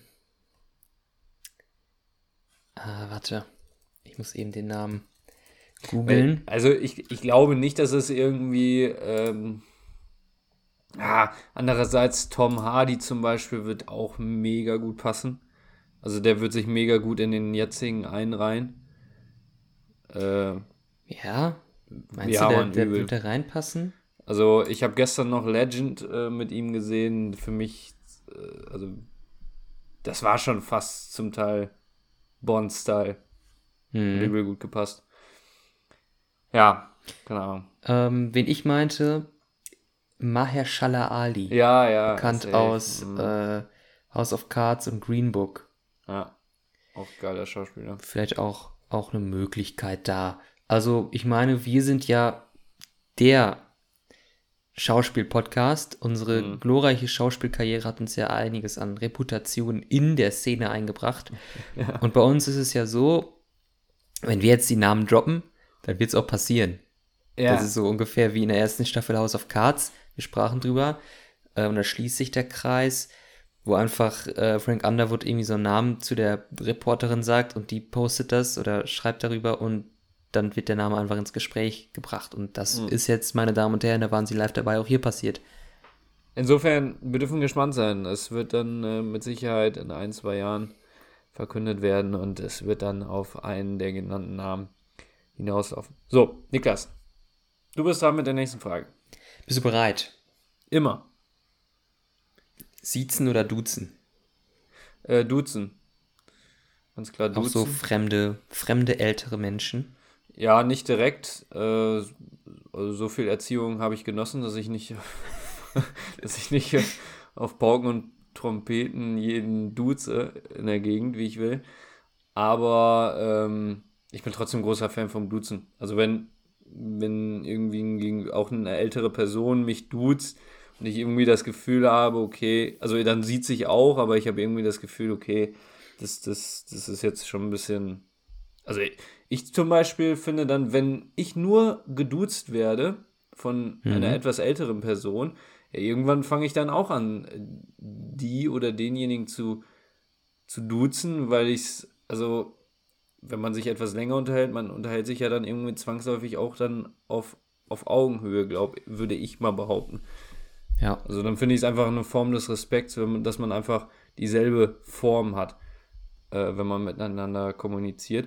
ah, warte. Ich muss eben den Namen googeln. Also ich, ich glaube nicht, dass es irgendwie, ähm, ah, andererseits Tom Hardy zum Beispiel wird auch mega gut passen. Also der wird sich mega gut in den jetzigen einreihen. Äh, Ja? Meinst Ja, du, der, Mann, der übel. wird da reinpassen? Also ich habe gestern noch Legend äh, mit ihm gesehen. Für mich, äh, also das war schon fast zum Teil Bond-Style. Hat Hm. übel gut gepasst. Ja, keine Ahnung. Ähm, wen ich meinte, Mahershala Ali. Ja, ja. Bekannt safe. aus Mhm. äh, House of Cards und Green Book. Ja, auch geiler Schauspieler. Vielleicht auch, auch eine Möglichkeit da. Also, ich meine, wir sind ja der Schauspiel-Podcast. Unsere Mhm. glorreiche Schauspielkarriere hat uns ja einiges an Reputation in der Szene eingebracht. Ja. Und bei uns ist es ja so, wenn wir jetzt die Namen droppen, dann wird es auch passieren. Ja, Das ist so ungefähr wie in der ersten Staffel House of Cards. Wir sprachen drüber. Äh, und da schließt sich der Kreis, wo einfach äh, Frank Underwood irgendwie so einen Namen zu der Reporterin sagt und die postet das oder schreibt darüber und dann wird der Name einfach ins Gespräch gebracht. Und das Mhm. ist jetzt, meine Damen und Herren, da waren sie live dabei, auch hier passiert. insofern, wir dürfen gespannt sein. Es wird dann äh, mit Sicherheit in ein, zwei Jahren verkündet werden und es wird dann auf einen der genannten Namen hinauslaufen. So, Niklas, du bist dran mit der nächsten Frage. Bist du bereit? Immer. Siezen oder duzen? Äh, duzen. Ganz klar duzen. Auch so fremde, fremde ältere Menschen? Ja, nicht direkt. Äh, also so viel Erziehung habe ich genossen, dass ich nicht, dass ich nicht auf Pauken und Trompeten jeden duze in der Gegend, wie ich will. Aber ähm, ich bin trotzdem großer Fan vom Duzen. Also wenn, wenn irgendwie auch eine ältere Person mich duzt und ich irgendwie das Gefühl habe, okay, also dann sieht sich auch, aber ich habe irgendwie das Gefühl, okay, das, das, das ist jetzt schon ein bisschen. Also ich, ich zum Beispiel finde dann, wenn ich nur geduzt werde von Mhm. einer etwas älteren Person, ja, irgendwann fange ich dann auch an, die oder denjenigen zu, zu duzen, weil ich es, also wenn man sich etwas länger unterhält, man unterhält sich ja dann irgendwie zwangsläufig auch dann auf, auf Augenhöhe, glaube würde ich mal behaupten. Ja. Also dann finde ich es einfach eine Form des Respekts, wenn man, dass man einfach dieselbe Form hat, äh, wenn man miteinander kommuniziert.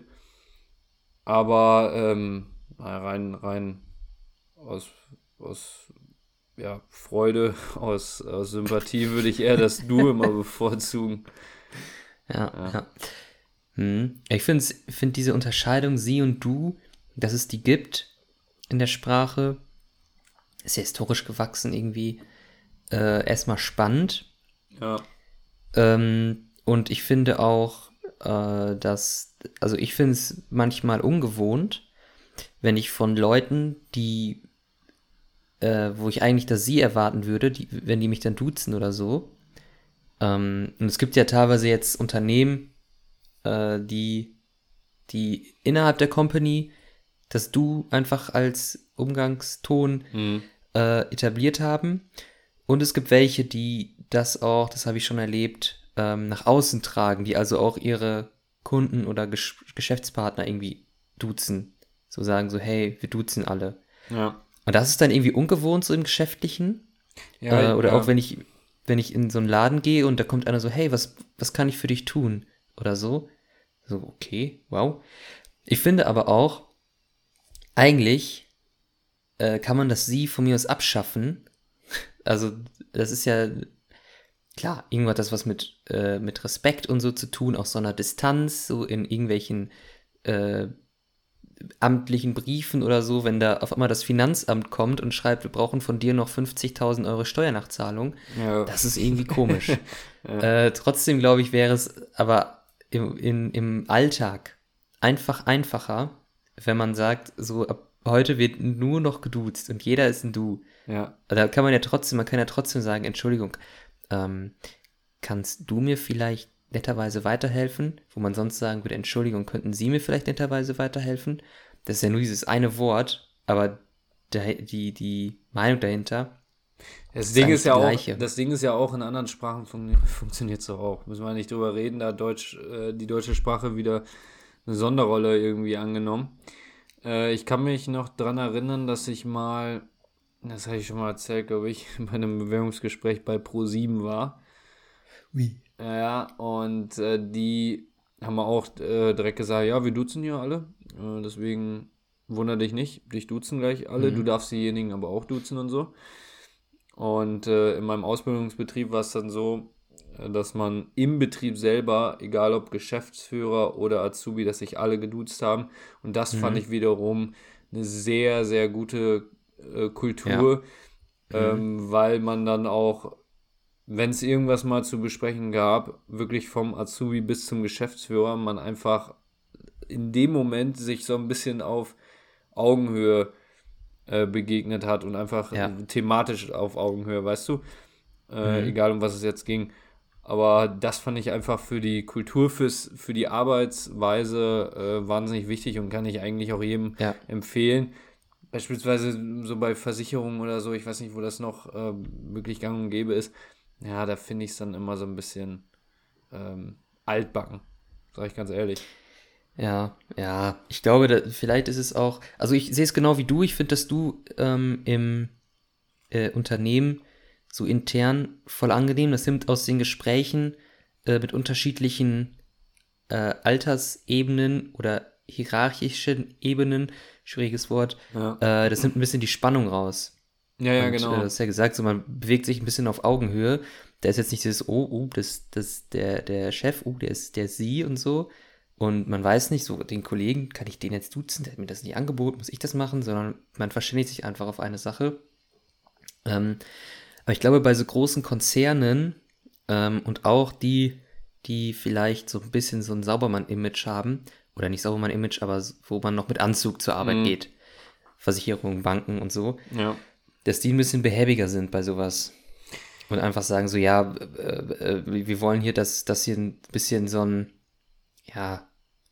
Aber ähm, rein, rein aus, aus ja, Freude, aus, aus Sympathie würde ich eher das Du immer bevorzugen. Ja, Ja. ja. Hm. Ich finde find diese Unterscheidung Sie und Du, dass es die gibt in der Sprache, ist ja historisch gewachsen irgendwie äh, erstmal spannend. Ja. Ähm, und ich finde auch, äh, dass, also ich finde es manchmal ungewohnt, wenn ich von Leuten, die, äh, wo ich eigentlich das Sie erwarten würde, die, wenn die mich dann duzen oder so. Ähm, und es gibt ja teilweise jetzt Unternehmen, äh, die, die innerhalb der Company das Du einfach als Umgangston Mhm. äh, etabliert haben. Und es gibt welche, die das auch, das habe ich schon erlebt, ähm, nach außen tragen, die also auch ihre Kunden oder Gesch Geschäftspartner irgendwie duzen. So sagen so, hey, wir duzen alle. Ja. Und das ist dann irgendwie ungewohnt so im Geschäftlichen. Ja, Äh, oder ja. auch wenn ich, wenn ich in so einen Laden gehe und da kommt einer so, hey, was, was kann ich für dich tun? Oder so. So, okay, wow. Ich finde aber auch, eigentlich äh, kann man das Sie von mir aus abschaffen. Also, das ist ja, klar, irgendwas hat das was mit, äh, mit Respekt und so zu tun, aus so einer Distanz, so in irgendwelchen äh, amtlichen Briefen oder so, wenn da auf einmal das Finanzamt kommt und schreibt, wir brauchen von dir noch fünfzigtausend Euro Steuernachzahlung. Ja. Das ist irgendwie komisch. Ja. äh, trotzdem, glaube ich, wäre es aber im, in, im Alltag einfach einfacher, wenn man sagt, so ab heute wird nur noch geduzt und jeder ist ein Du. Ja. Da kann man ja trotzdem, man kann ja trotzdem sagen, Entschuldigung, ähm, kannst du mir vielleicht netterweise weiterhelfen? Wo man sonst sagen würde, Entschuldigung, könnten Sie mir vielleicht netterweise weiterhelfen? Das ist ja nur dieses eine Wort, aber der, die, die Meinung dahinter. Das ist Ding eigentlich ist ja die auch, gleiche. das Ding ist ja auch in anderen Sprachen fun funktioniert es doch auch. Müssen wir nicht drüber reden, da hat Deutsch, äh, die deutsche Sprache wieder eine Sonderrolle irgendwie angenommen. Äh, ich kann mich noch dran erinnern, dass ich mal, das habe ich schon mal erzählt, glaube ich, bei einem Bewerbungsgespräch bei ProSieben war. Ui. Ja, und äh, die haben auch äh, direkt gesagt, ja, wir duzen hier alle, äh, deswegen wundere dich nicht, dich duzen gleich alle, Mhm. du darfst diejenigen aber auch duzen und so. Und äh, in meinem Ausbildungsbetrieb war es dann so, äh, dass man im Betrieb selber, egal ob Geschäftsführer oder Azubi, dass sich alle geduzt haben. Und das Mhm. fand ich wiederum eine sehr, sehr gute äh, Kultur, Ja. ähm, weil man dann auch, wenn es irgendwas mal zu besprechen gab, wirklich vom Azubi bis zum Geschäftsführer, man einfach in dem Moment sich so ein bisschen auf Augenhöhe äh, begegnet hat und einfach Ja. äh, thematisch auf Augenhöhe, weißt du? Äh, Mhm. Egal um was es jetzt ging. Aber das fand ich einfach für die Kultur, fürs, für die Arbeitsweise äh, wahnsinnig wichtig und kann ich eigentlich auch jedem Ja. empfehlen. Beispielsweise so bei Versicherungen oder so, ich weiß nicht, wo das noch äh, wirklich gang und gäbe ist. Ja, da finde ich es dann immer so ein bisschen ähm, altbacken, sag ich ganz ehrlich. Ja, ja, ich glaube, da, vielleicht ist es auch, also ich sehe es genau wie du, ich finde, dass du ähm, im äh, Unternehmen so intern voll angenehm, das nimmt aus den Gesprächen äh, mit unterschiedlichen äh, Altersebenen oder hierarchischen Ebenen, schwieriges Wort, Ja, äh, das nimmt ein bisschen die Spannung raus. ja, ja, Und äh, genau. du hast ja gesagt, so man bewegt sich ein bisschen auf Augenhöhe. Da ist jetzt nicht dieses, oh, oh, das, das, der, der Chef, oh, der ist, der ist sie und so. Und man weiß nicht, so den Kollegen, kann ich den jetzt duzen? Der hat mir das nicht angeboten, muss ich das machen? Sondern man verständigt sich einfach auf eine Sache. Ähm, aber ich glaube, bei so großen Konzernen ähm, und auch die, die vielleicht so ein bisschen so ein Saubermann-Image haben, oder nicht Saubermann-Image, aber s- wo man noch mit Anzug zur Arbeit Mhm. geht, Versicherungen, Banken und so, Ja. dass die ein bisschen behäbiger sind bei sowas. Und einfach sagen so, ja, äh, äh, wir wollen hier, dass das hier ein bisschen so ein, ja,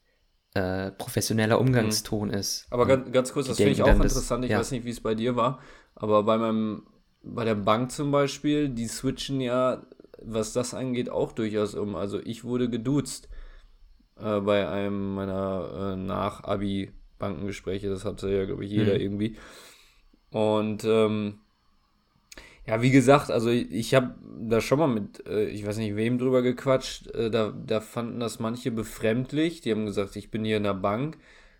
äh, professioneller Mhm. Umgangston ist. Aber Und ganz, ganz kurz, die das finde ich denken auch dann, dass, interessant. Ich ja, weiß nicht, wie es bei dir war, aber bei meinem, bei der Bank zum Beispiel, die switchen ja, was das angeht, auch durchaus um. Also ich wurde geduzt äh, bei einem meiner äh, Nach-Abi-Bankengespräche. Das hatte ja, glaube ich, jeder hm, irgendwie. Und ähm, ja, wie gesagt, also ich habe da schon mal mit, äh, ich weiß nicht wem drüber gequatscht, äh, da, da fanden das manche befremdlich. Die haben gesagt, ich bin hier in der Bank,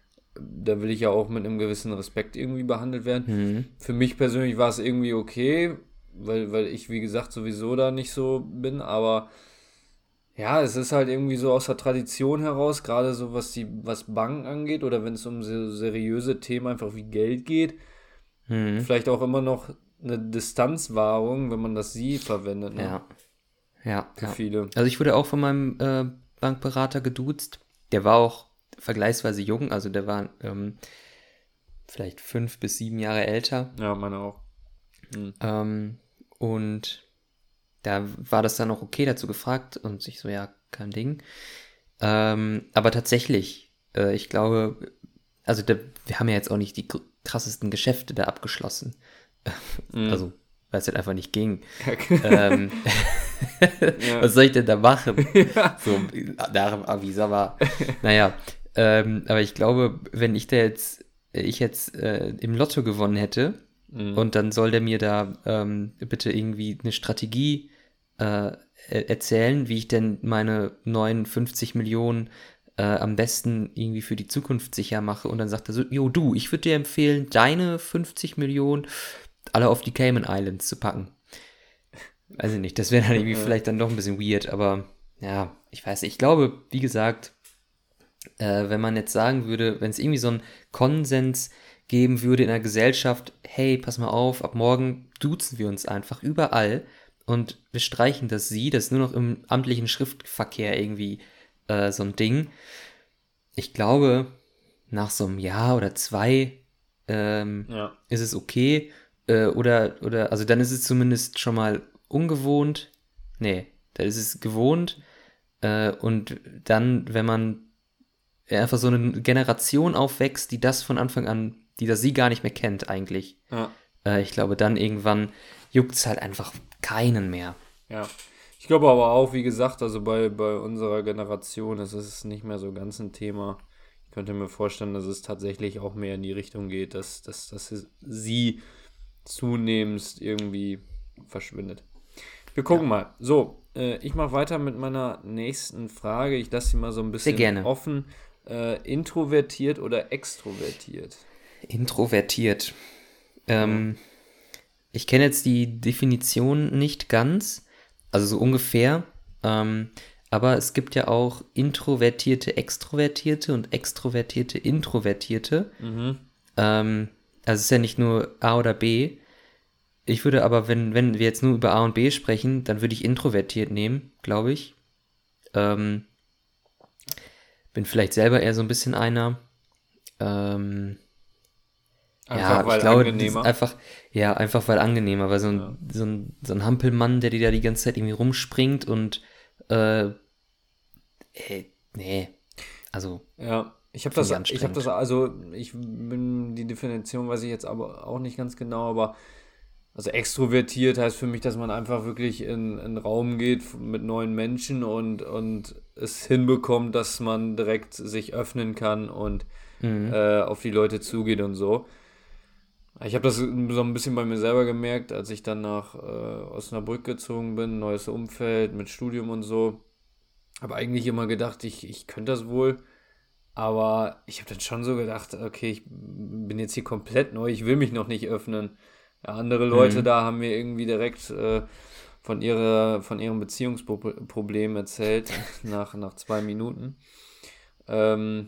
da will ich ja auch mit einem gewissen Respekt irgendwie behandelt werden. hm, Für mich persönlich war es irgendwie okay, weil, weil ich, wie gesagt, sowieso da nicht so bin, aber ja, es ist halt irgendwie so aus der Tradition heraus, gerade so was die, was Banken angeht oder wenn es um so seriöse Themen einfach wie Geld geht, hm, vielleicht auch immer noch eine Distanzwahrung, wenn man das Sie verwendet, ne? ja, ja, Für ja. viele. Also ich wurde auch von meinem äh, Bankberater geduzt. Der war auch vergleichsweise jung, also der war ähm, vielleicht fünf bis sieben Jahre älter. Ja, meine auch. Hm. Ähm, und da war das dann auch okay, dazu gefragt und ich so, ja, kein Ding. Ähm, aber tatsächlich, äh, ich glaube, also da, wir haben ja jetzt auch nicht die gr- krassesten Geschäfte da abgeschlossen. Hm. Also, weil es halt einfach nicht ging. Ja. Ähm, Ja. was soll ich denn da machen? Ja. So, nach dem Abi, sag mal. Naja, ähm, aber ich glaube, wenn ich da jetzt, ich jetzt äh, im Lotto gewonnen hätte Hm. und dann soll der mir da ähm, bitte irgendwie eine Strategie äh, er- erzählen, wie ich denn meine neunundfünfzig Millionen äh, am besten irgendwie für die Zukunft sicher mache. Und dann sagt er so, jo du, ich würde dir empfehlen, deine fünfzig Millionen alle auf die Cayman Islands zu packen. Weiß ich nicht, das wäre dann irgendwie Ja. vielleicht dann doch ein bisschen weird, aber ja, ich weiß nicht. Ich glaube, wie gesagt, äh, wenn man jetzt sagen würde, wenn es irgendwie so einen Konsens geben würde in der Gesellschaft, hey, pass mal auf, ab morgen duzen wir uns einfach überall und wir streichen das Sie, das ist nur noch im amtlichen Schriftverkehr irgendwie äh, so ein Ding. Ich glaube, nach so einem Jahr oder zwei ähm, Ja. ist es okay. Äh, oder, oder, also dann ist es zumindest schon mal ungewohnt. Nee, dann ist es gewohnt. Äh, und dann, wenn man einfach so eine Generation aufwächst, die das von Anfang an, die das sie gar nicht mehr kennt eigentlich. Ja. Äh, ich glaube, dann irgendwann juckt es halt einfach keinen mehr. Ja. Ich glaube aber auch, wie gesagt, also bei, bei unserer Generation ist es nicht mehr so ganz ein Thema. Ich könnte mir vorstellen, dass es tatsächlich auch mehr in die Richtung geht, dass, dass, dass sie zunehmend irgendwie verschwindet. Wir gucken Ja, mal. So, äh, ich mache weiter mit meiner nächsten Frage. Ich lasse sie mal so ein sehr bisschen gerne. offen. Äh, introvertiert oder extrovertiert? Introvertiert. Ja. Ähm, ich kenne jetzt die Definition nicht ganz, also so ungefähr. Ähm, aber es gibt ja auch introvertierte Extrovertierte und extrovertierte Introvertierte. Mhm. Ähm, also es ist ja nicht nur A oder B. Ich würde aber, wenn, wenn wir jetzt nur über A und B sprechen, dann würde ich introvertiert nehmen, glaube ich. Ähm, bin vielleicht selber eher so ein bisschen einer. Ähm, Einfach ja, ich weil glaube, das ist angenehmer. einfach, ja, einfach weil angenehmer, weil so Ja. ein, so ein, so ein Hampelmann, der dir da die ganze Zeit irgendwie rumspringt und, äh, äh nee, also, Ja, ich habe finde das, ich ich habe das, anstrengend. also ich bin, die Definition weiß ich jetzt aber auch nicht ganz genau, aber also extrovertiert heißt für mich, dass man einfach wirklich in, in einen Raum geht f- mit neuen Menschen und, und es hinbekommt, dass man direkt sich öffnen kann und Mhm. äh, auf die Leute zugeht und so. Ich habe das so ein bisschen bei mir selber gemerkt, als ich dann nach äh, Osnabrück gezogen bin, neues Umfeld mit Studium und so. habe eigentlich immer gedacht, ich, ich könnte das wohl. Aber ich habe dann schon so gedacht, okay, ich bin jetzt hier komplett neu, ich will mich noch nicht öffnen. Ja, andere Leute Mhm. da haben mir irgendwie direkt äh, von ihrer, von ihrem Beziehungsproblem erzählt, nach, nach zwei Minuten. Ähm,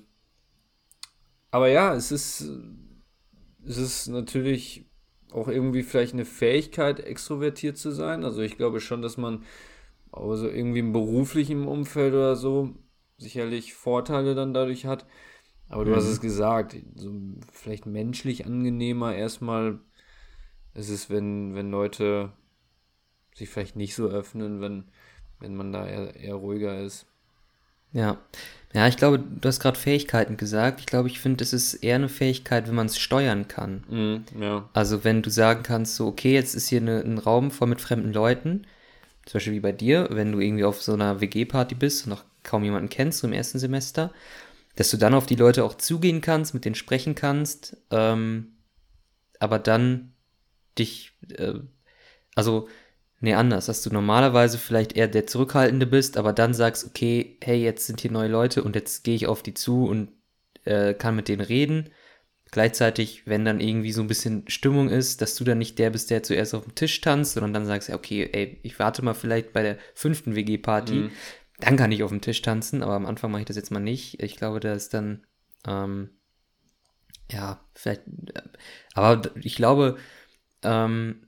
aber ja, es ist, es ist natürlich auch irgendwie vielleicht eine Fähigkeit, extrovertiert zu sein. Also ich glaube schon, dass man also irgendwie im beruflichen Umfeld oder so sicherlich Vorteile dann dadurch hat. Aber du hast es Mhm. gesagt, so vielleicht menschlich angenehmer erstmal ist es, wenn, wenn Leute sich vielleicht nicht so öffnen, wenn, wenn man da eher, eher ruhiger ist. Ja. Ja, ich glaube, du hast gerade Fähigkeiten gesagt. Ich glaube, ich finde, es ist eher eine Fähigkeit, wenn man es steuern kann. Mhm, ja. Also wenn du sagen kannst, so, okay, jetzt ist hier eine, ein Raum voll mit fremden Leuten, zum Beispiel wie bei dir, wenn du irgendwie auf so einer W G-Party bist und noch kaum jemanden kennst, so im ersten Semester, dass du dann auf die Leute auch zugehen kannst, mit denen sprechen kannst, ähm, aber dann dich, äh, also, nee, anders, dass du normalerweise vielleicht eher der Zurückhaltende bist, aber dann sagst, okay, hey, jetzt sind hier neue Leute und jetzt gehe ich auf die zu und äh, kann mit denen reden. Gleichzeitig, wenn dann irgendwie so ein bisschen Stimmung ist, dass du dann nicht der bist, der zuerst auf dem Tisch tanzt, sondern dann sagst, ja, okay, ey, ich warte mal vielleicht bei der fünften W G-Party, Mhm. dann kann ich auf dem Tisch tanzen, aber am Anfang mache ich das jetzt mal nicht. Ich glaube, da ist dann, ähm, ja, vielleicht, äh, aber ich glaube, ähm,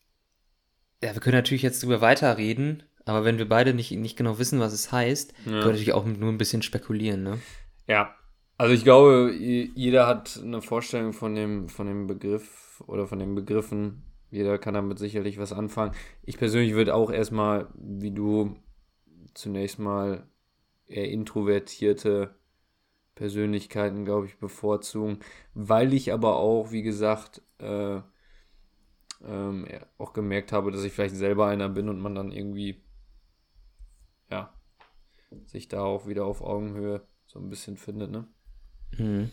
ja, wir können natürlich jetzt drüber weiterreden, aber wenn wir beide nicht, nicht genau wissen, was es heißt, können wir Ja. natürlich auch nur ein bisschen spekulieren, ne? Ja. Also ich glaube, je- jeder hat eine Vorstellung von dem, von dem Begriff oder von den Begriffen. Jeder kann damit sicherlich was anfangen. Ich persönlich würde auch erstmal, wie du, zunächst mal eher introvertierte Persönlichkeiten, glaube ich, bevorzugen, weil ich aber auch, wie gesagt, äh, ähm, ja, auch gemerkt habe, dass ich vielleicht selber einer bin und man dann irgendwie, ja, sich da auch wieder auf Augenhöhe so ein bisschen findet, ne? Mhm.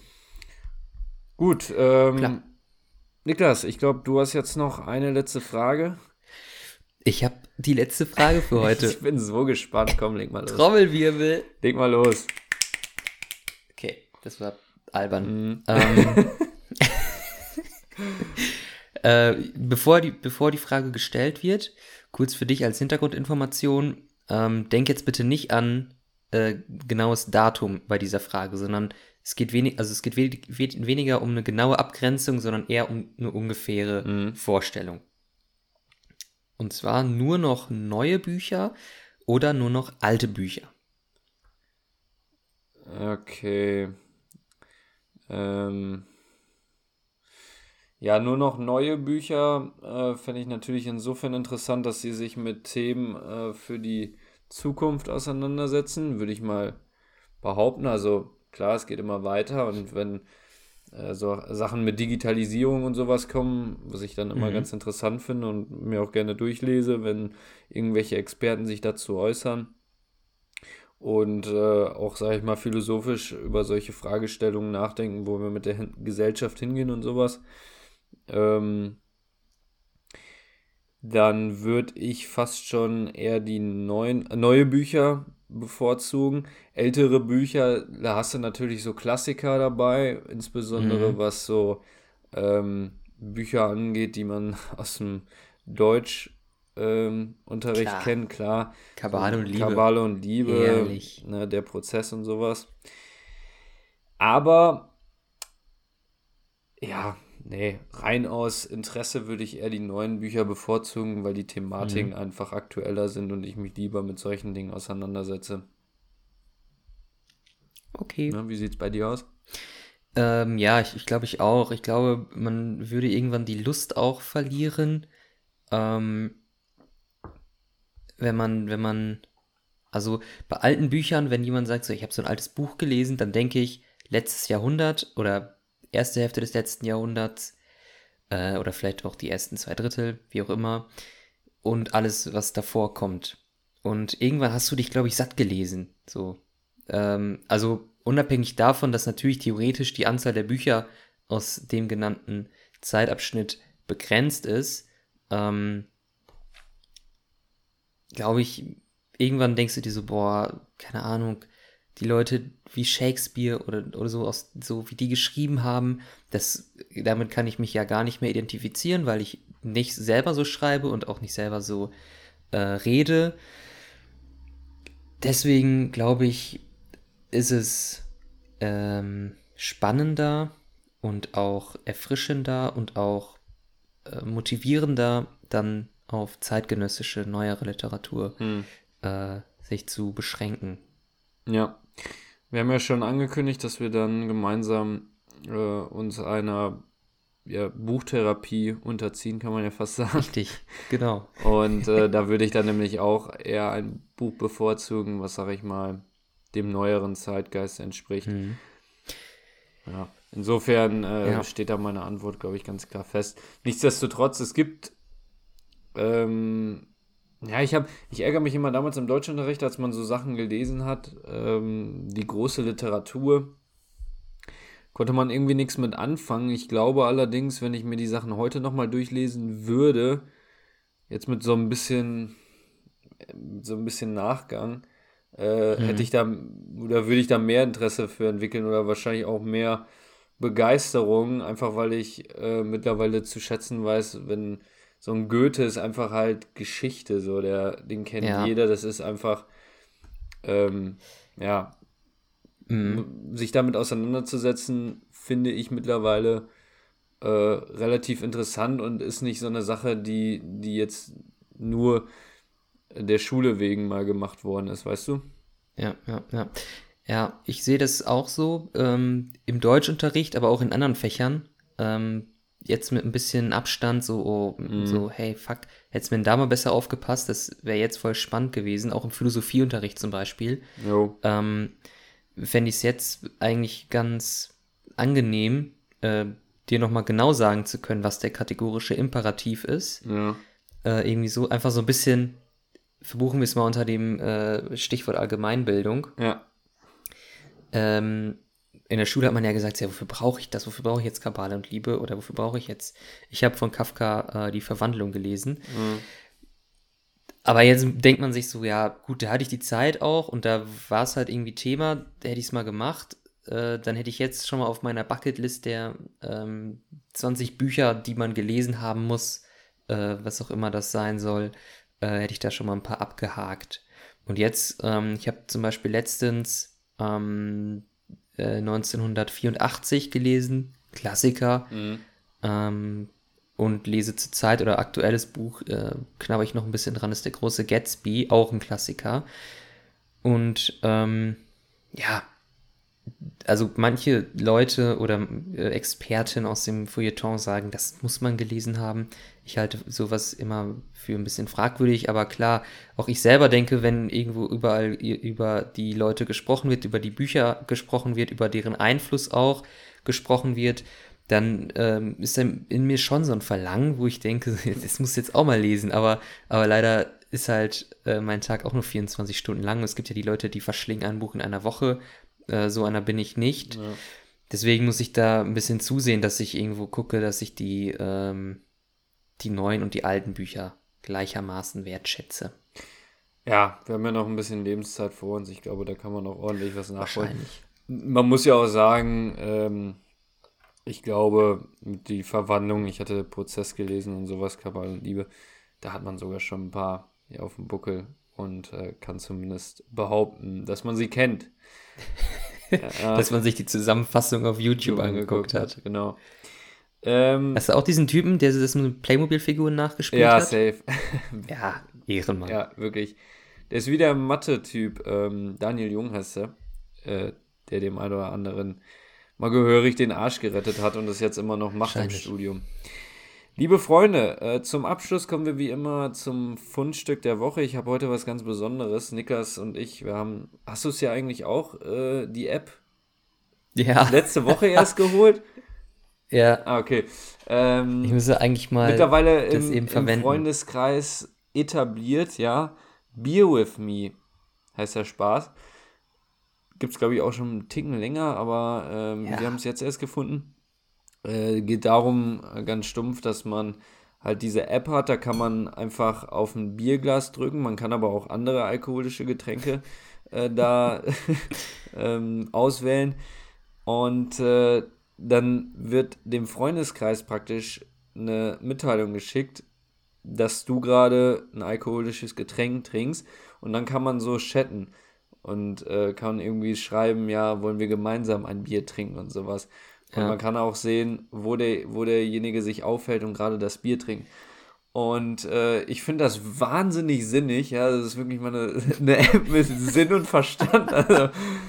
Gut, Klar. ähm, Niklas, ich glaube, du hast jetzt noch eine letzte Frage. Ich habe die letzte Frage für Ich heute. bin so gespannt. Komm, leg mal los. Trommelwirbel. Leg mal los. Okay, das war albern. Mhm. Ähm, äh, bevor, die, bevor die Frage gestellt wird, kurz für dich als Hintergrundinformation, ähm, denk jetzt bitte nicht an äh, genaues Datum bei dieser Frage, sondern es geht, wenig, also es geht we we weniger um eine genaue Abgrenzung, sondern eher um eine ungefähre Mhm. Vorstellung. Und zwar nur noch neue Bücher oder nur noch alte Bücher. Okay. Ähm, ja, nur noch neue Bücher äh, fände ich natürlich insofern interessant, dass sie sich mit Themen äh, für die Zukunft auseinandersetzen, würde ich mal behaupten. Also klar, es geht immer weiter und wenn äh, so Sachen mit Digitalisierung und sowas kommen, was ich dann immer Mhm. ganz interessant finde und mir auch gerne durchlese, wenn irgendwelche Experten sich dazu äußern und äh, auch, sage ich mal, philosophisch über solche Fragestellungen nachdenken, wo wir mit der Hin Gesellschaft hingehen und sowas, ähm, dann würde ich fast schon eher die neuen, äh, neue Bücher bevorzugen. Ältere Bücher, da hast du natürlich so Klassiker dabei, insbesondere Mhm. was so ähm, Bücher angeht, die man aus dem Deutschunterricht ähm, Unterricht Klar. kennt, klar. So Kabale und Liebe. Kabale und Liebe, Herrlich. ne, der Prozess und sowas. Aber ja, nee, rein aus Interesse würde ich eher die neuen Bücher bevorzugen, weil die Thematiken Mhm. einfach aktueller sind und ich mich lieber mit solchen Dingen auseinandersetze. Okay. Ne, wie sieht's bei dir aus? Ähm, ja, ich, ich glaube ich auch. Ich glaube, man würde irgendwann die Lust auch verlieren, ähm, wenn man, wenn man, also bei alten Büchern, wenn jemand sagt, so, ich habe so ein altes Buch gelesen, dann denke ich, letztes Jahrhundert oder erste Hälfte des letzten Jahrhunderts, äh, oder vielleicht auch die ersten zwei Drittel, wie auch immer, und alles, was davor kommt. Und irgendwann hast du dich, glaube ich, satt gelesen. So. Ähm, also unabhängig davon, dass natürlich theoretisch die Anzahl der Bücher aus dem genannten Zeitabschnitt begrenzt ist, ähm, glaube ich, irgendwann denkst du dir so, boah, keine Ahnung, die Leute wie Shakespeare oder, oder so, aus, so wie die geschrieben haben, das, damit kann ich mich ja gar nicht mehr identifizieren, weil ich nicht selber so schreibe und auch nicht selber so äh, rede. Deswegen glaube ich, ist es ähm, spannender und auch erfrischender und auch äh, motivierender, dann auf zeitgenössische, neuere Literatur Hm. äh, sich zu beschränken. Ja, wir haben ja schon angekündigt, dass wir dann gemeinsam äh, uns einer ja, Buchtherapie unterziehen, kann man ja fast sagen. Richtig, genau. Und äh, da würde ich dann nämlich auch eher ein Buch bevorzugen, was, sag ich mal, dem neueren Zeitgeist entspricht. Mhm. Ja, insofern äh, Ja. steht da meine Antwort, glaube ich, ganz klar fest. Nichtsdestotrotz, es gibt, ähm, ja, ich habe, ich ärgere mich immer damals im Deutschunterricht, als man so Sachen gelesen hat, ähm, die große Literatur, konnte man irgendwie nichts mit anfangen. Ich glaube allerdings, wenn ich mir die Sachen heute nochmal durchlesen würde, jetzt mit so ein bisschen, so ein bisschen Nachgang, äh, hätte ich Mhm. da, oder würde ich da mehr Interesse für entwickeln oder wahrscheinlich auch mehr Begeisterung, einfach weil ich äh, mittlerweile zu schätzen weiß, wenn so ein Goethe ist einfach halt Geschichte, so, der, den kennt Ja. jeder, das ist einfach, ähm, ja, Mhm. m- sich damit auseinanderzusetzen, finde ich mittlerweile äh, relativ interessant und ist nicht so eine Sache, die, die jetzt nur der Schule wegen mal gemacht worden ist, weißt du? Ja, ja, ja. Ja, ich sehe das auch so ähm, im Deutschunterricht, aber auch in anderen Fächern. Ähm, jetzt mit ein bisschen Abstand, so, oh, Mhm. so, hey, fuck, hättest mir da mal besser aufgepasst, das wäre jetzt voll spannend gewesen, auch im Philosophieunterricht zum Beispiel. Jo. Ähm, Fände ich es jetzt eigentlich ganz angenehm, äh, dir nochmal genau sagen zu können, was der kategorische Imperativ ist. Ja. Äh, irgendwie so, einfach so ein bisschen, verbuchen wir es mal unter dem äh, Stichwort Allgemeinbildung. Ja. Ähm, in der Schule hat man ja gesagt, ja, wofür brauche ich das? Wofür brauche ich jetzt Kabale und Liebe? Oder wofür brauche ich jetzt? Ich habe von Kafka äh, die Verwandlung gelesen. Mhm. Aber jetzt denkt man sich so, ja, gut, da hatte ich die Zeit auch und da war es halt irgendwie Thema, da hätte ich es mal gemacht. Äh, dann hätte ich jetzt schon mal auf meiner Bucketlist der ähm, zwanzig Bücher, die man gelesen haben muss, äh, was auch immer das sein soll, äh, hätte ich da schon mal ein paar abgehakt. Und jetzt, ähm, ich habe zum Beispiel letztens ähm, äh, neunzehnhundertvierundachtzig gelesen, Klassiker, Mhm. ähm, und lese zurzeit oder aktuelles Buch, äh, knabber ich noch ein bisschen dran, ist der große Gatsby, auch ein Klassiker. Und ähm, ja, also manche Leute oder äh, Experten aus dem Feuilleton sagen, das muss man gelesen haben. Ich halte sowas immer für ein bisschen fragwürdig, aber klar, auch ich selber denke, wenn irgendwo überall i- über die Leute gesprochen wird, über die Bücher gesprochen wird, über deren Einfluss auch gesprochen wird, dann ähm, ist dann in mir schon so ein Verlangen, wo ich denke, das muss ich jetzt auch mal lesen, aber, aber leider ist halt äh, mein Tag auch nur vierundzwanzig Stunden lang. Es gibt ja die Leute, die verschlingen ein Buch in einer Woche. Äh, so einer bin ich nicht. Ja. Deswegen muss ich da ein bisschen zusehen, dass ich irgendwo gucke, dass ich die, ähm, die neuen und die alten Bücher gleichermaßen wertschätze. Ja, wir haben ja noch ein bisschen Lebenszeit vor uns. Ich glaube, da kann man noch ordentlich was nachholen. Wahrscheinlich. Man muss ja auch sagen, ähm, ich glaube, die Verwandlung, ich hatte Prozess gelesen und sowas, Kabal und Liebe, da hat man sogar schon ein paar hier auf dem Buckel und äh, kann zumindest behaupten, dass man sie kennt. Ja, Dass man sich die Zusammenfassung auf YouTube angeguckt hat. Genau. Ähm, Hast du auch diesen Typen, der das mit Playmobil-Figuren nachgespielt ja, hat? safe. Ja, Ehrenmann. Ja, wirklich. Der ist wieder ein Mathe-Typ. Ähm, Daniel Jung heißt er, äh, der dem einen oder anderen mal gehörig den Arsch gerettet hat und das jetzt immer noch macht im Wahrscheinlich. Studium. Liebe Freunde, äh, zum Abschluss kommen wir wie immer zum Fundstück der Woche. Ich habe heute was ganz Besonderes. Niklas und ich, wir haben. Hast du es ja eigentlich auch, äh, die App, Ja, letzte Woche erst geholt? ja. Ah, okay. Ich Ähm, müsste eigentlich mal mittlerweile das im, eben im verwenden. Freundeskreis etabliert, ja. Beer with Me heißt der Spaß. Gibt es, glaube ich, auch schon einen Ticken länger, aber ähm, Ja. wir haben es jetzt erst gefunden. Äh, geht darum, äh, ganz stumpf, dass man halt diese App hat, da kann man einfach auf ein Bierglas drücken, man kann aber auch andere alkoholische Getränke äh, da ähm, auswählen und äh, dann wird dem Freundeskreis praktisch eine Mitteilung geschickt, dass du gerade ein alkoholisches Getränk trinkst und dann kann man so chatten und äh, kann irgendwie schreiben, ja, wollen wir gemeinsam ein Bier trinken und sowas. Und Ja. man kann auch sehen, wo, der, wo derjenige sich aufhält und gerade das Bier trinkt. Und äh, ich finde das wahnsinnig sinnig, ja, das ist wirklich mal eine, eine App mit Sinn und Verstand. Also,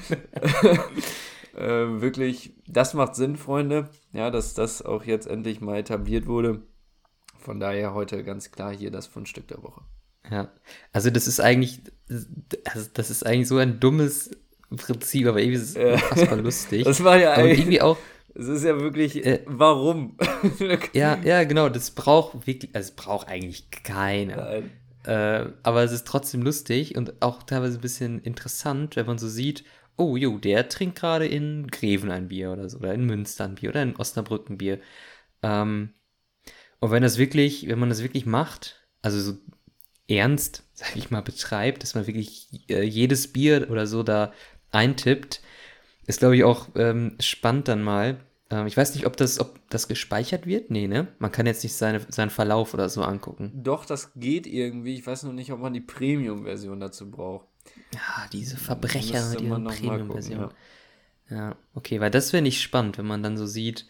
äh, wirklich, das macht Sinn, Freunde, ja, dass das auch jetzt endlich mal etabliert wurde. Von daher heute ganz klar hier das Fundstück der Woche. Ja, also das ist eigentlich, also das ist eigentlich so ein dummes Prinzip, aber irgendwie ist es Äh, unfassbar lustig. Das war ja Aber eigentlich, irgendwie auch, es ist ja wirklich, Äh, warum? ja, ja, genau, das braucht wirklich, also es braucht eigentlich keiner. Nein. Äh, aber es ist trotzdem lustig und auch teilweise ein bisschen interessant, wenn man so sieht, oh, jo, der trinkt gerade in Greven ein Bier oder so, oder in Münster ein Bier oder in Osnabrück ein Bier. Ähm, und wenn das wirklich, wenn man das wirklich macht, also so ernst, sag ich mal, betreibt, dass man wirklich äh, jedes Bier oder so da eintippt, ist, glaube ich, auch ähm, spannend dann mal. Ähm, ich weiß nicht, ob das, ob das gespeichert wird. Nee, ne? Man kann jetzt nicht seine, seinen Verlauf oder so angucken. Doch, das geht irgendwie. Ich weiß noch nicht, ob man die Premium-Version dazu braucht. Ja, diese Verbrecher Müsste mit ihren man noch mal gucken, Premium-Versionen. ja. Ja, okay, weil das wäre nicht spannend, wenn man dann so sieht,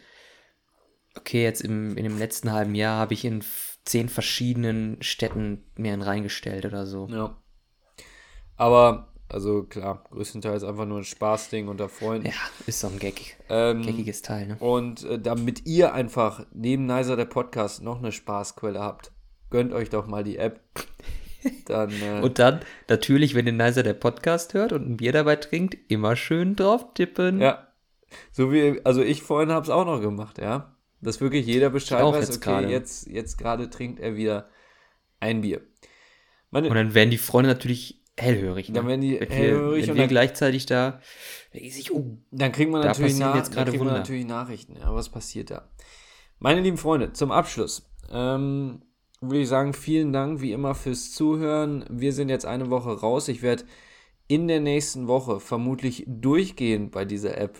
okay, jetzt im, in dem letzten halben Jahr habe ich in f- zehn verschiedenen Städten mir einen reingestellt oder so. Ja. Aber, also klar, größtenteils einfach nur ein Spaßding unter Freunden. Ja, ist so ein Gag, Ähm, gaggiges Teil, ne? und äh, damit ihr einfach neben Nicer der Podcast noch eine Spaßquelle habt, gönnt euch doch mal die App. Dann, äh, Und dann, natürlich, wenn ihr Nicer der Podcast hört und ein Bier dabei trinkt, immer schön drauf tippen. ja, so wie, also ich vorhin habe es auch noch gemacht, ja. Dass wirklich jeder Bescheid auch weiß, jetzt okay, gerade. jetzt, jetzt gerade trinkt er wieder ein Bier. Meine, Und dann werden die Freunde natürlich hellhörig. Ne? Dann werden die wenn hellhörig wir, wenn und wir dann- gleichzeitig da, denken sich, oh, Dann kriegt man Da natürlich, passieren nach, jetzt dann gerade kriegt man Wunder. natürlich Nachrichten. Ja, was passiert da? Meine lieben Freunde, zum Abschluss ähm, würde ich sagen, vielen Dank wie immer fürs Zuhören. Wir sind jetzt eine Woche raus. Ich werde in der nächsten Woche vermutlich durchgehend bei dieser App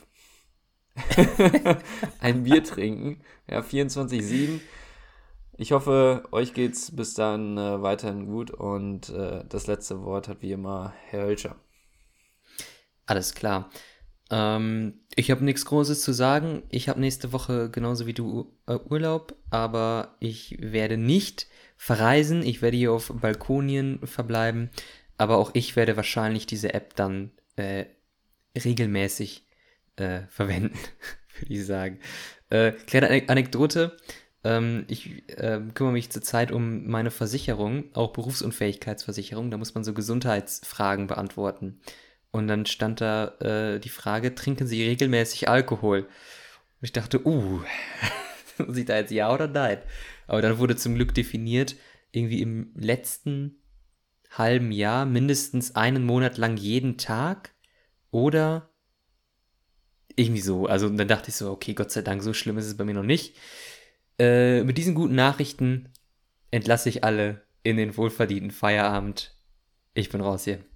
ein Bier trinken. Ja, vierundzwanzig sieben. Ich hoffe, euch geht's bis dann äh, weiterhin gut und äh, das letzte Wort hat wie immer Herr Hölscher. alles klar. Ähm, ich habe nichts Großes zu sagen. Ich habe nächste Woche genauso wie du äh, Urlaub, aber ich werde nicht verreisen. Ich werde hier auf Balkonien verbleiben, aber auch ich werde wahrscheinlich diese App dann äh, regelmäßig äh, verwenden, würde ich sagen. Äh, kleine Anek- Anekdote. Ähm, ich ähm, kümmere mich zurzeit um meine Versicherung, auch Berufsunfähigkeitsversicherung. Da muss man so Gesundheitsfragen beantworten. Und dann stand da äh, die Frage, trinken Sie regelmäßig Alkohol? Und ich dachte, uh, muss ich da jetzt ja oder nein? Aber dann wurde zum Glück definiert, irgendwie im letzten halben Jahr mindestens einen Monat lang jeden Tag oder irgendwie so. Also dann dachte ich so, okay, Gott sei Dank, so schlimm ist es bei mir noch nicht. Äh, mit diesen guten Nachrichten entlasse ich alle in den wohlverdienten Feierabend. Ich bin raus hier.